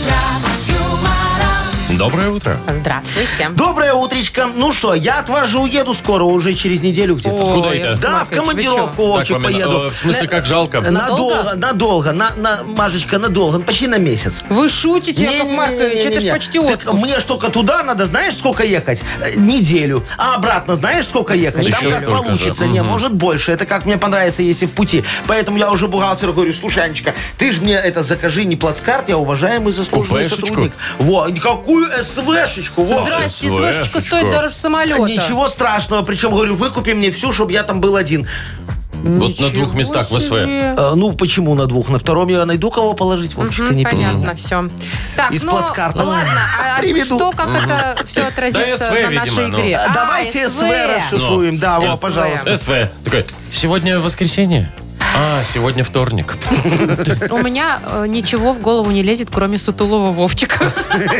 Доброе утро. Здравствуйте. Доброе утречко. Ну что, я от вас же уеду скоро, уже через неделю где-то. Ой, Куда это? Яков Да, в Маркович, вы командировку, чё? Вовчик, поеду. В смысле, как жалко? Надолго? Надолго, Машечка, надолго, почти на месяц. Вы шутите, Яков Маркович? Это ж Не-не-не-не-не. почти Так отпуск. мне ж только туда надо, знаешь, сколько ехать? Неделю. А обратно знаешь, сколько ехать? Еще Там как столько же. получится. Не, может больше. Это как мне понравится, если в пути. Поэтому я уже бухгалтеру говорю, слушай, Анечка, ты же мне это закажи не плацкарт, я уважаемый заслуженный Купешечку? сотрудник. Во, какую СВшечку, во. Здрасте, СВшечка. СВшечка стоит дороже самолета. Ничего страшного. Причем, говорю, выкупи мне всю, чтобы я там был один. Вот на 2 местах в СВ. Ну, почему на 2? На 2 я найду кого положить, Вовчик, ты не Понятно, переживай. все. Так, Из ну, плацкарта. ладно, а Приведу. что, как это все отразится Да, СВ, на видимо, нашей ну. игре? Давайте СВ расшифруем. Да, СВ. вот, пожалуйста. СВ. Такой, сегодня воскресенье? А, сегодня вторник. У меня ничего в голову не лезет, кроме сутулого Вовчика.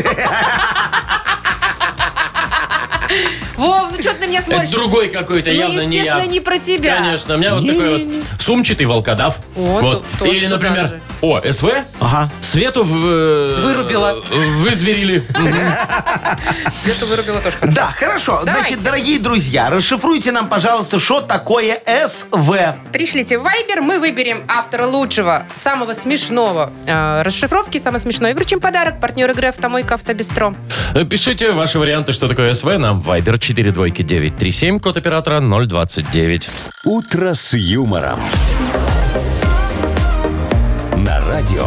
Вов, ну что ты на меня Это смотришь? другой какой-то, Ну, явно не я. естественно, не про тебя. Конечно, у меня вот такой вот сумчатый волкодав. О, Вот. тоже Или, туда например, же. СВ, Ага. Свету Вырубила. Вызверили. Свету вырубила тоже хорошо. Да, хорошо. Давайте. Значит, дорогие друзья, расшифруйте нам, пожалуйста, что такое СВ. Пришлите в Viber, мы выберем автора лучшего, самого смешного расшифровки, самый смешной. И вручим подарок. Партнер игры «Автомойка Автобестро». Пишите ваши варианты, что такое СВ, нам в Viber 42937, код оператора 029. «Утро с юмором». На радио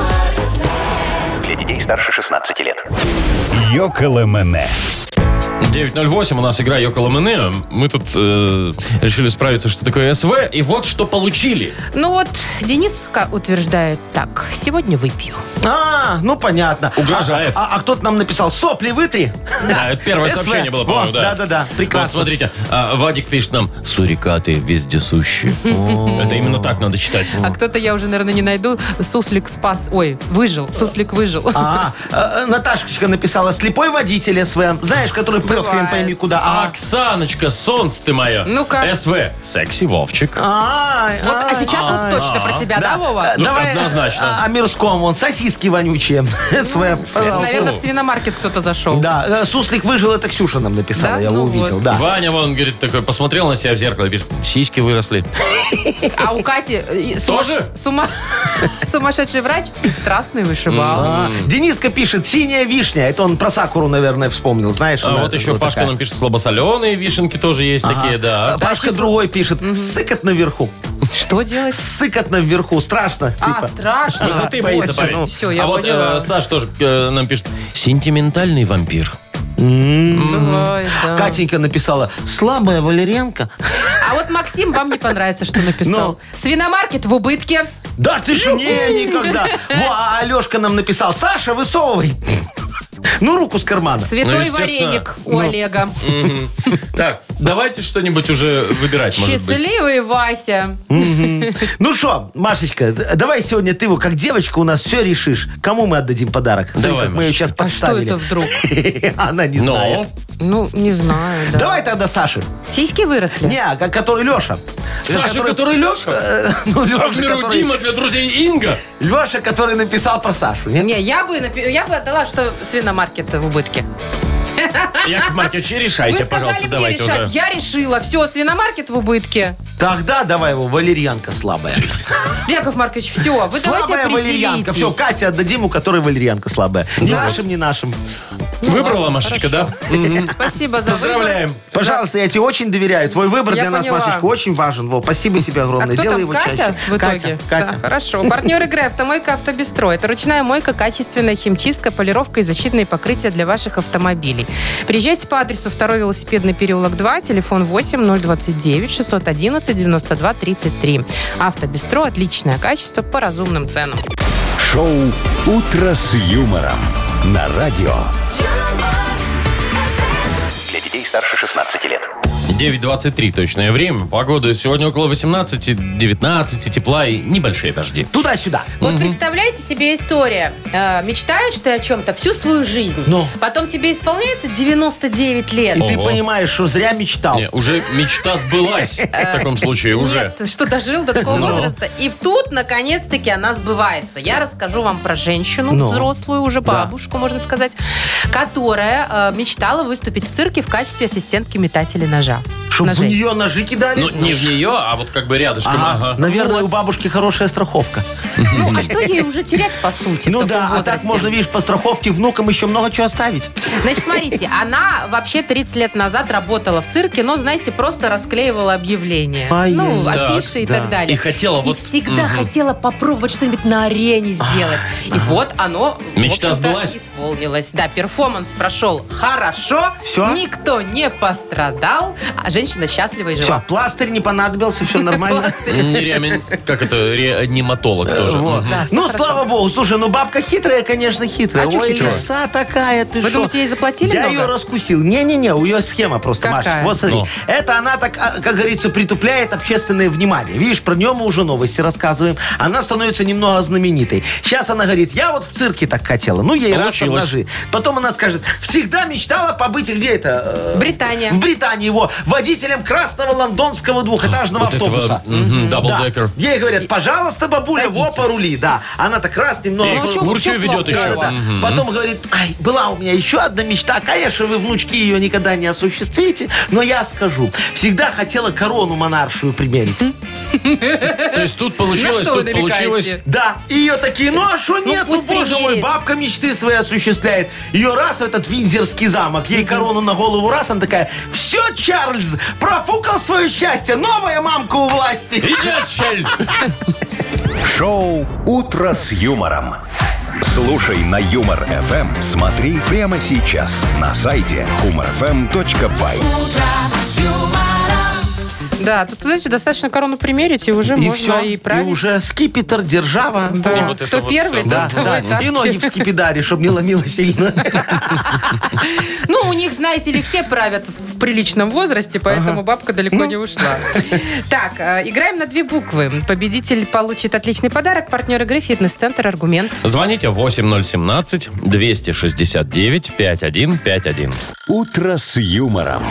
Для детей старше 16 лет. «Йоколэмэне». 9:08, у нас игра Йоколо Мене. Мы тут решили справиться, что такое СВ. И вот что получили. Ну вот, Дениска утверждает так. Сегодня выпью. Ну понятно. Угрожает. А кто-то нам написал, сопли вытри. Да, это первое СВ. сообщение было, Во, по-моему, да. да-да-да, прекрасно. Вот, смотрите, Вадик пишет нам, сурикаты вездесущие. Это именно так надо читать. А кто-то, я уже, наверное, не найду, суслик спас. Ой, выжил. Суслик выжил. Наташечка написала, слепой водитель СВ. Знаешь, который прет хрен пойми куда. Оксаночка, солнце ты мое. Ну-ка. СВ, секси Вовчик. Вот, а сейчас вот точно про тебя, да, Вова? Ну, Давай однозначно. о мирском, вон, сосиски вонючие. СВ, Это, пожалуйста. наверное, в свиномаркет кто-то зашел. Да, суслик выжил, это Ксюша нам написала, Да? я Ну увидел, вот. да. Ваня, вон, говорит, такой, посмотрел на себя в зеркало и пишет, сиськи выросли. А у Кати Тоже? сумасшедший врач и страстный вышибал. Дениска пишет, синяя вишня. Это он про Сакуру, наверное, вспомнил, знаешь. А она вот еще вот Пашка такая. нам пишет, слабосоленые вишенки тоже есть такие, да. Пашка число- другой пишет, сыкотно вверху. Что делать? Сыкотно вверху, страшно. Типа. Страшно. Высоты боится парень. Все, я А вот поняла. Саш тоже нам пишет, сентиментальный вампир. Ой, да. Катенька написала, слабая валерьянка. А вот Максим вам не понравится, что написал. Ну? Свиномаркет в убытке. Да ты ж не, никогда. А Алешка нам написал, Саша, высовывай. Ну, руку с кармана. Святой естественно. вареник у Олега. Так, давайте что-нибудь уже выбирать, может быть. Счастливый Вася. Ну что, Машечка, давай сегодня ты его, как девочка, у нас все решишь. Кому мы отдадим подарок? Смотри, Давай, как мы ее сейчас А что подставили. это вдруг? Она не Но знает. Ну, не знаю, да. Давай тогда Саше. Сиськи выросли? Не, который Леша. Саша, который Леша? Ну, А в Леша, миру который, Дима для друзей Инга? Леша, который написал про Сашу. Не? Не, я бы отдала, что свиномаркет в убытке. Яков Маркович, Вы решайте, сказали пожалуйста, мне давайте решать. уже. Я решила. Все, свиномаркет в убытке. Тогда давай его, валерьянка слабая. Яков Маркович, все, вы давайте Слабая валерьянка. определитесь. Все, Кате отдадим, у которой валерьянка слабая. Не нашим, не нашим. Выбрала, Машечка, да? Спасибо за выбор. Поздравляем. Пожалуйста, я тебе очень доверяю. Твой выбор Я для нас, поняла. Машечка, очень важен. Во, спасибо тебе А огромное. кто Делай там, его Катя чаще. в итоге? Катя. Да, хорошо. Партнер игры «Автомойка Автобестро». Это ручная мойка, качественная химчистка, полировка и защитные покрытия для ваших автомобилей. Приезжайте по адресу 2 велосипедный переулок 2, телефон 8 029 611 92 33. «Автобестро» – отличное качество по разумным ценам. Шоу «Утро с юмором» на радио. Для детей старше 16 лет. 9:23 точное время. Погода сегодня около 18-19, тепла и небольшие дожди. Туда-сюда. Вот представляете себе история. Мечтаешь ты о чем-то всю свою жизнь. Ну. Потом тебе исполняется 99 лет. И ты Ого. понимаешь, что зря мечтал. Не, уже мечта сбылась в таком случае. Уже. Нет, что дожил до такого Ну. возраста. И тут, наконец-таки, она сбывается. Я расскажу вам про женщину, Ну. взрослую уже, Да. бабушку, можно сказать, которая мечтала выступить в цирке в качестве ассистентки метателя ножа. Чтобы в Ножей. нее ножи кидали. Ну, не в нее, а вот как бы рядышком. Ага. Ага. Наверное, у бабушки хорошая страховка. Ну, а что ей уже терять, по сути, в Ну таком да, а так возрасте? можно, видишь, по страховке внукам еще много чего оставить. Значит, смотрите, она вообще 30 лет назад работала в цирке, но, знаете, просто расклеивала объявления. Ай-яй-яй. Ну, Так, афиши и да. так далее. И хотела вот- всегда хотела попробовать что-нибудь на арене сделать. И вот оно, Мечта в общем-то, сбылась? исполнилось. Да, перформанс прошел хорошо. Всё? Никто не пострадал, а женщина счастлива и Все, жива. пластырь не понадобился, все нормально. Как это, реаниматолог тоже. Вот. Мгм. Да, всё Ну, хорошо. слава богу. Слушай, ну бабка хитрая, конечно, хитрая. А чё Ой, хитрая? лиса такая, ты Вы шо? думаете, ей заплатили Я много? ее раскусил. Не-не-не, у ее схема просто, Какая? Машечка. Вот смотри. Ну. Это она так, как говорится, притупляет общественное внимание. Видишь, про нее мы уже новости рассказываем. Она становится немного знаменитой. Сейчас она говорит, я вот в цирке так хотела. Ну, ей раз там Получилось. ножи. Потом она скажет, всегда мечтала побыть, где это? Британия. В Британии его водителем красного лондонского двухэтажного Вот автобуса. этого Да. даблдекер. Ей говорят, пожалуйста, бабуля, во Садитесь. порули. Да. Она так раз немного... Экскурсию ведет еще. Да. Мгм. Потом говорит, ай, была у меня еще одна мечта. Конечно, вы, внучки, ее никогда не осуществите, но я скажу. Всегда хотела корону монаршую примерить. То есть тут получилось, На что вы тут получилось. намекаете? Да, и ее такие, ну а что нет, ну пусть боже мой, примерит. бабка мечты свои осуществляет. Ее раз в этот Виндзорский замок, ей корону на голову раз, она такая, все, Чарльз, профукал свое счастье, новая мамка у власти. Иди отщель. Шоу «Утро с юмором». Слушай на Юмор ФМ. Смотри прямо сейчас на сайте humorfm.by. Да, тут, знаете, достаточно корону примерить, и уже И можно все, и и править. уже скипетр, держава. Да. И вот это Кто вот первый, всё. тот Да, того и да. тапки. И ноги в скипидаре, чтобы не ломило сильно. Ну, у них, знаете ли, все правят в приличном возрасте, поэтому бабка далеко не ушла. Так, играем на 2 буквы. Победитель получит отличный подарок. Партнер игры «Фитнес-центр Аргумент». Звоните 8017-269-5151. «Утро с юмором».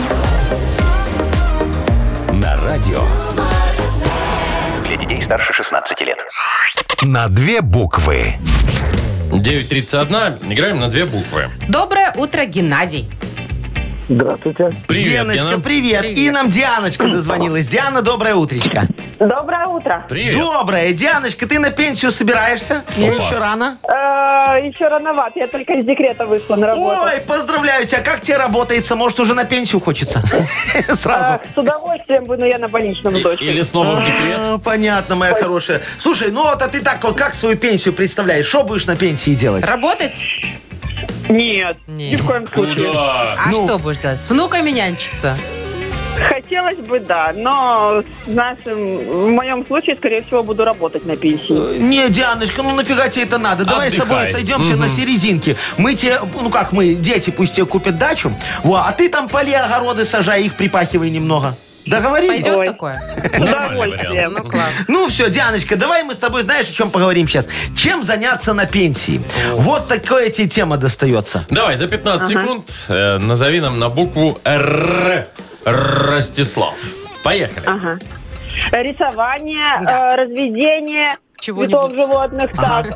На радио. Для детей старше 16 лет. На 2 буквы. 9:31. Играем на 2 буквы. Доброе утро, Геннадий. Здравствуйте. Привет, Леночка, Гена. привет. Привет. И нам Дианочка дозвонилась. Диана, доброе утречко. Доброе утро. Привет. Доброе. Дианочка, ты на пенсию собираешься? Или Опа. еще рано? Еще рановато, я только из декрета вышла на работу. Ой, поздравляю тебя. Как тебе работается? Может, уже на пенсию хочется? Сразу. С удовольствием бы, но я на больничном дочке. Или снова в декрет. Понятно, моя хорошая. Слушай, ну вот, а ты так вот как свою пенсию представляешь? Что будешь на пенсии делать? Работать? Нет, Нет. ни в коем случае. Куда? А что будешь делать? С внуками нянчиться? Хотелось бы, да, но в моем случае, скорее всего, буду работать на пенсии. Не, Дианочка, ну нафига тебе это надо? Давай с тобой Отдыхай. сойдемся на серединке. Мы тебе, ну как мы, дети пусть тебе купят дачу, а ты там поли, огороды сажай, их припахивай немного. Договорились? Пойдет Ой. такое? С удовольствием. Ну, класс. Ну все, Дианочка, давай мы с тобой, знаешь, о чем поговорим сейчас? Чем заняться на пенсии? Вот такая тебе тема достается. Давай, за 15 секунд назови нам на букву Р. Ростислав. Поехали. Ага. Рисование, Да. разведение Чего-нибудь. цветов животных. Так,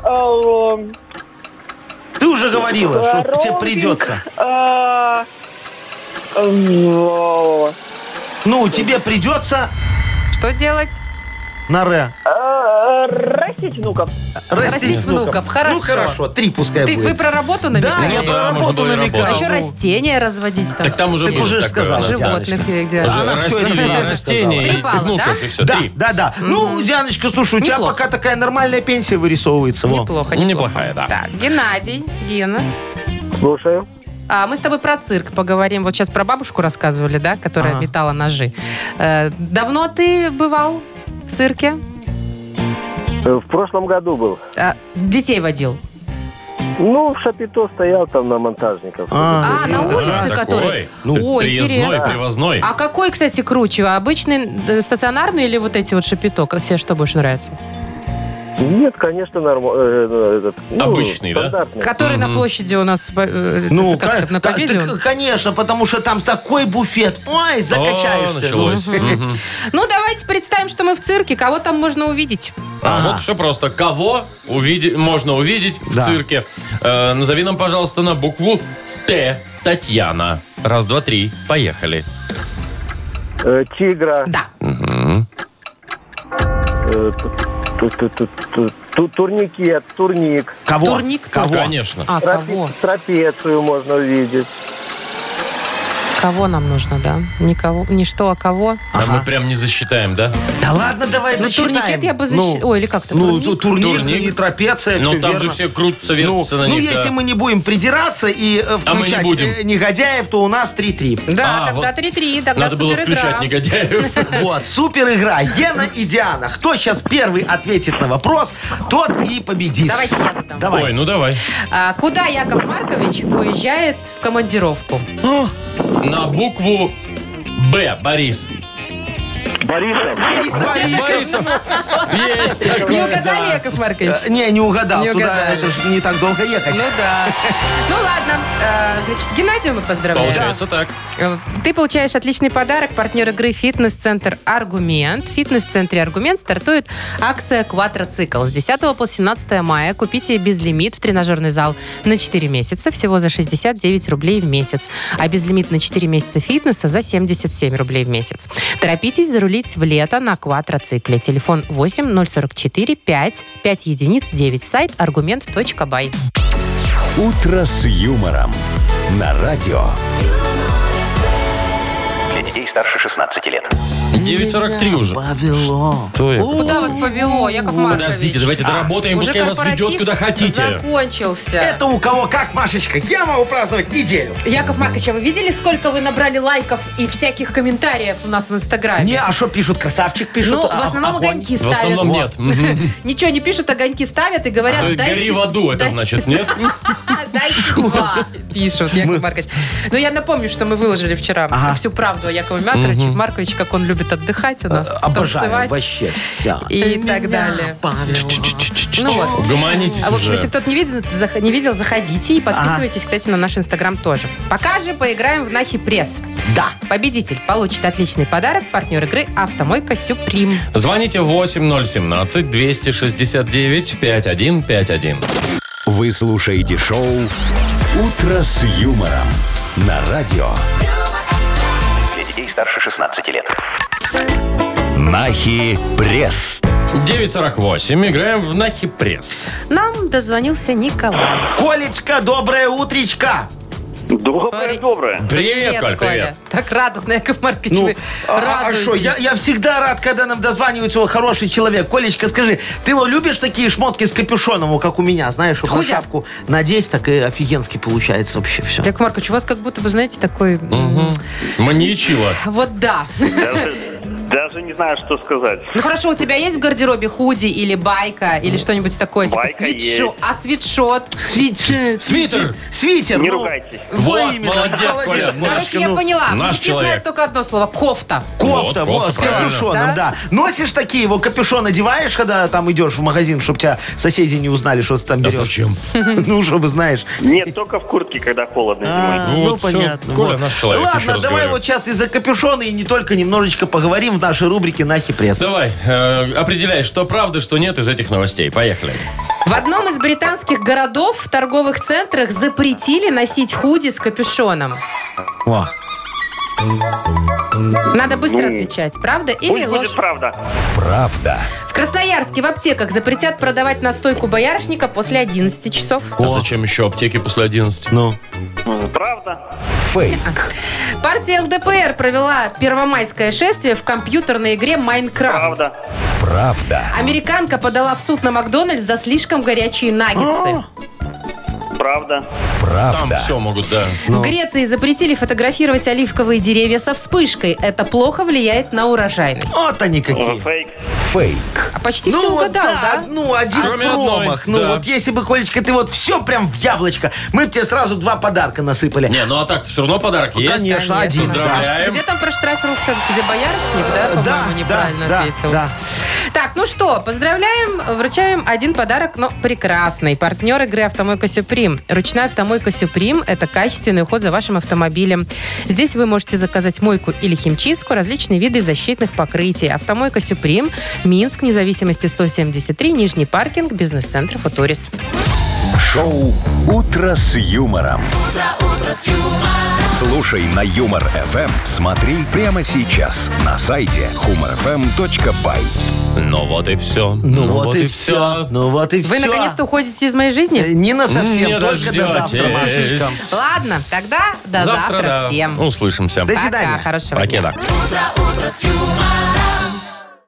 Ты уже говорила, что тебе роуминг, придется. э, Ну, тебе придется Что делать? На Р. Растить внуков. Растить внуков. Хорошо. Ну, хорошо, 3 пускай Вы будет. про работу Да, намекали? я Ну про да, можно работу было и намекаю. А работать. еще растения разводить там. Так там уже Ты будет уже такое, сказала, Настя. животных где. Уже Она всё растили это растения Три и балла, внуков, да? и все. Да, 3. да. Ну, Дианочка, слушай, у тебя Неплохо. пока такая нормальная пенсия вырисовывается. во. Неплохо, Ну, неплохо. неплохая, да. Так, Геннадий, Гена. Слушаю. Мы с тобой про цирк поговорим. Вот сейчас про бабушку рассказывали, да, которая Ага. метала ножи. Давно ты бывал в цирке? В прошлом году был. Детей водил? Ну, в Шапито стоял там на монтажников. На улице который? Ой, приездной, интересно. привозной. А какой, кстати, круче? Обычный стационарный или вот эти вот Шапито? Как тебе что больше нравится? Нет, конечно, нормально. Обычный, да? Стандартный. Который на площади у нас Ну, как на Победе? конечно, потому что там такой буфет. Ой, О, закачаешься. началось. Мгм. Ну, давайте представим, что мы в цирке. Кого там можно увидеть? Вот все просто. Кого можно увидеть в Да. цирке? Назови нам, пожалуйста, на букву Т. Татьяна. 1, 2, 3. Поехали. Тигра. Да. Турникет, турник. Кого? Турник Кого? Конечно. Кого? Трапецию можно увидеть. Кого нам нужно, да? Никого, не что, а кого? А мы прям не засчитаем, да? Да ладно, давай Ну, засчитаем. турникет я бы засчитала. Ой, или как-то Ну, турник? турник и трапеция, Но все там верно. же все крутятся, вертятся на Ну, них. если да. мы не будем придираться и А мы не включать будем. негодяев, то у нас 3-3. Да, А, тогда вот 3-3, тогда Надо было супер игра. включать негодяев. Вот, супер игра. Гена и Диана. Кто сейчас первый ответит на вопрос, тот и победит. Давайте я задам. Давай. Ой, ну давай. Куда Яков Маркович уезжает в командировку? На букву Б. Борис. Борисов. Борисов. Есть Не такое, угадали, да. Яков Маркович? Не угадал. Не Туда угадали. это же не так долго ехать. Ну да. Ну ладно. Значит, Геннадия мы поздравляем. Получается так. Ты получаешь отличный подарок. Партнер игры «Фитнес-центр Аргумент». В фитнес-центре «Аргумент» стартует акция «Квадроцикл». С 10 по 17 мая купите безлимит в тренажерный зал на 4 месяца всего за 69 рублей в месяц. А безлимит на 4 месяца фитнеса за 77 рублей в месяц. Торопитесь зарулить в лето на квадроцикле. Телефон 8 044 5 5 единиц 9. Сайт argument.by. «Утро с юмором» на радио. Для детей старше 16 лет. 9:43 уже. Повело. Кто это? Куда вас повело, Яков Маркович? Подождите, давайте доработаем, Уже пускай вас ведет корпоратив куда хотите. закончился. Это у кого как, Машечка? Я могу праздновать неделю. Яков Маркович, а вы видели, сколько вы набрали лайков и всяких комментариев у нас в Инстаграме? Не, а что пишут? Красавчик пишут? Ну, в основном огонь. огоньки В ставят. основном нет. Мгм. Ничего не пишут, огоньки ставят и говорят, дайте... Гори в аду, это дай- значит, нет? Дайте 2, пишут, Яков Маркович. Ну, я напомню, что мы выложили вчера Ага. всю правду о Якове Марковиче, как он любит отдыхать у нас, Обожаю танцевать вообще все. и так далее. Ну вот. Угомонитесь А в общем, если уже. кто-то не видел, заходите и подписывайтесь, кстати, на наш Инстаграм тоже. Пока же поиграем в Нахи Пресс. Да. Победитель получит отличный подарок. Партнер игры «Автомойка Сюприм». Звоните 8017-269-5151. Вы слушаете шоу «Утро с юмором» на радио. Для детей старше 16 лет. Нахи Пресс. 9:48. Играем в Нахи Пресс. Нам дозвонился Николай. Колечка, доброе утречко. Доброе. Привет, Коль, привет. Так радостно, Яков Маркович, Ну, вы а что, радуетесь. я всегда рад, когда нам дозванивается хороший человек. Колечка, скажи, ты его любишь такие шмотки с капюшоном, вот как у меня, знаешь, чтобы на Худя. шапку надеть, так и офигенски получается вообще все. Яков Маркович, у вас как будто бы, знаете, такой... Маньячила. Вот да. Даже не знаю, что сказать. Ну хорошо, у тебя есть в гардеробе худи или байка, или что-нибудь такое, типа Байка свитшот? есть. А свитшот? Свитер. Свитер. Не ну, ругайтесь. Вот, именно, молодец, Коля. Короче, я поняла. наш Мужики человек. знают только одно слово. Кофта. Кофта, Вот, вот, кофта, с правильно. капюшоном, Да? да. Носишь такие, вот капюшон одеваешь, когда там идешь в магазин, чтобы тебя соседи не узнали, что ты там А берешь. зачем? Ну, чтобы, знаешь. Нет, только в куртке, когда холодно зимой. Ну, Вот, всё, понятно. Коля вот. наш человек, еще Ладно, раз давай говорю. вот сейчас из-за капюшона и не только немножечко поговорим в нашей рубрике «Нахи Пресс». Давай, определяй, что правда, что нет из этих новостей. Поехали. В одном из британских городов в торговых центрах запретили носить худи с капюшоном. О. Надо быстро отвечать. Правда или Пусть ложь? будет правда. Правда. В Красноярске в аптеках запретят продавать настойку боярышника после 11 часов. А зачем еще аптеки после 11? Ну. Правда. Фейк. Партия ЛДПР провела первомайское шествие в компьютерной игре «Майнкрафт». Правда. Правда. Американка подала в суд на Макдональдс за слишком горячие наггетсы. Правда. Правда. Там все могут, да. В Греции запретили фотографировать оливковые деревья со вспышкой. Это плохо влияет на урожайность. Вот они какие. Фейк. Фейк. А почти все Ну вот угадал, да? Ну, один Кроме промах. одной, Ну да. вот если бы, Колечка, ты вот все прям в яблочко, мы бы тебе сразу 2 подарка насыпали. Не, ну а так все равно подарок есть. Конечно, один. Поздравляем. Где там проштрафился? Где боярышник, да? По-моему, неправильно ответил. Да. Так, ну что, поздравляем, вручаем один подарок, но прекрасный. Партнер игры «Автомойка Сюприм». Ручная «Автомойка Сюприм» — это качественный уход за вашим автомобилем. Здесь вы можете заказать мойку или химчистку, различные виды защитных покрытий. «Автомойка Сюприм», Минск, независимости 173, Нижний паркинг, бизнес-центр «Футурис». Шоу «Утро с юмором». Слушай на Юмор ФМ. Смотри прямо сейчас на сайте humorfm.by. Ну вот и все. Ну вот и все. Ну вот и все. Вы наконец-то уходите из моей жизни? Не на совсем, Не только до завтра, дождетесь. Машечка. Ладно, тогда до завтра да. всем. Услышимся. До свидания. Пока, хорошего дня. Покеда. Утро с юмором.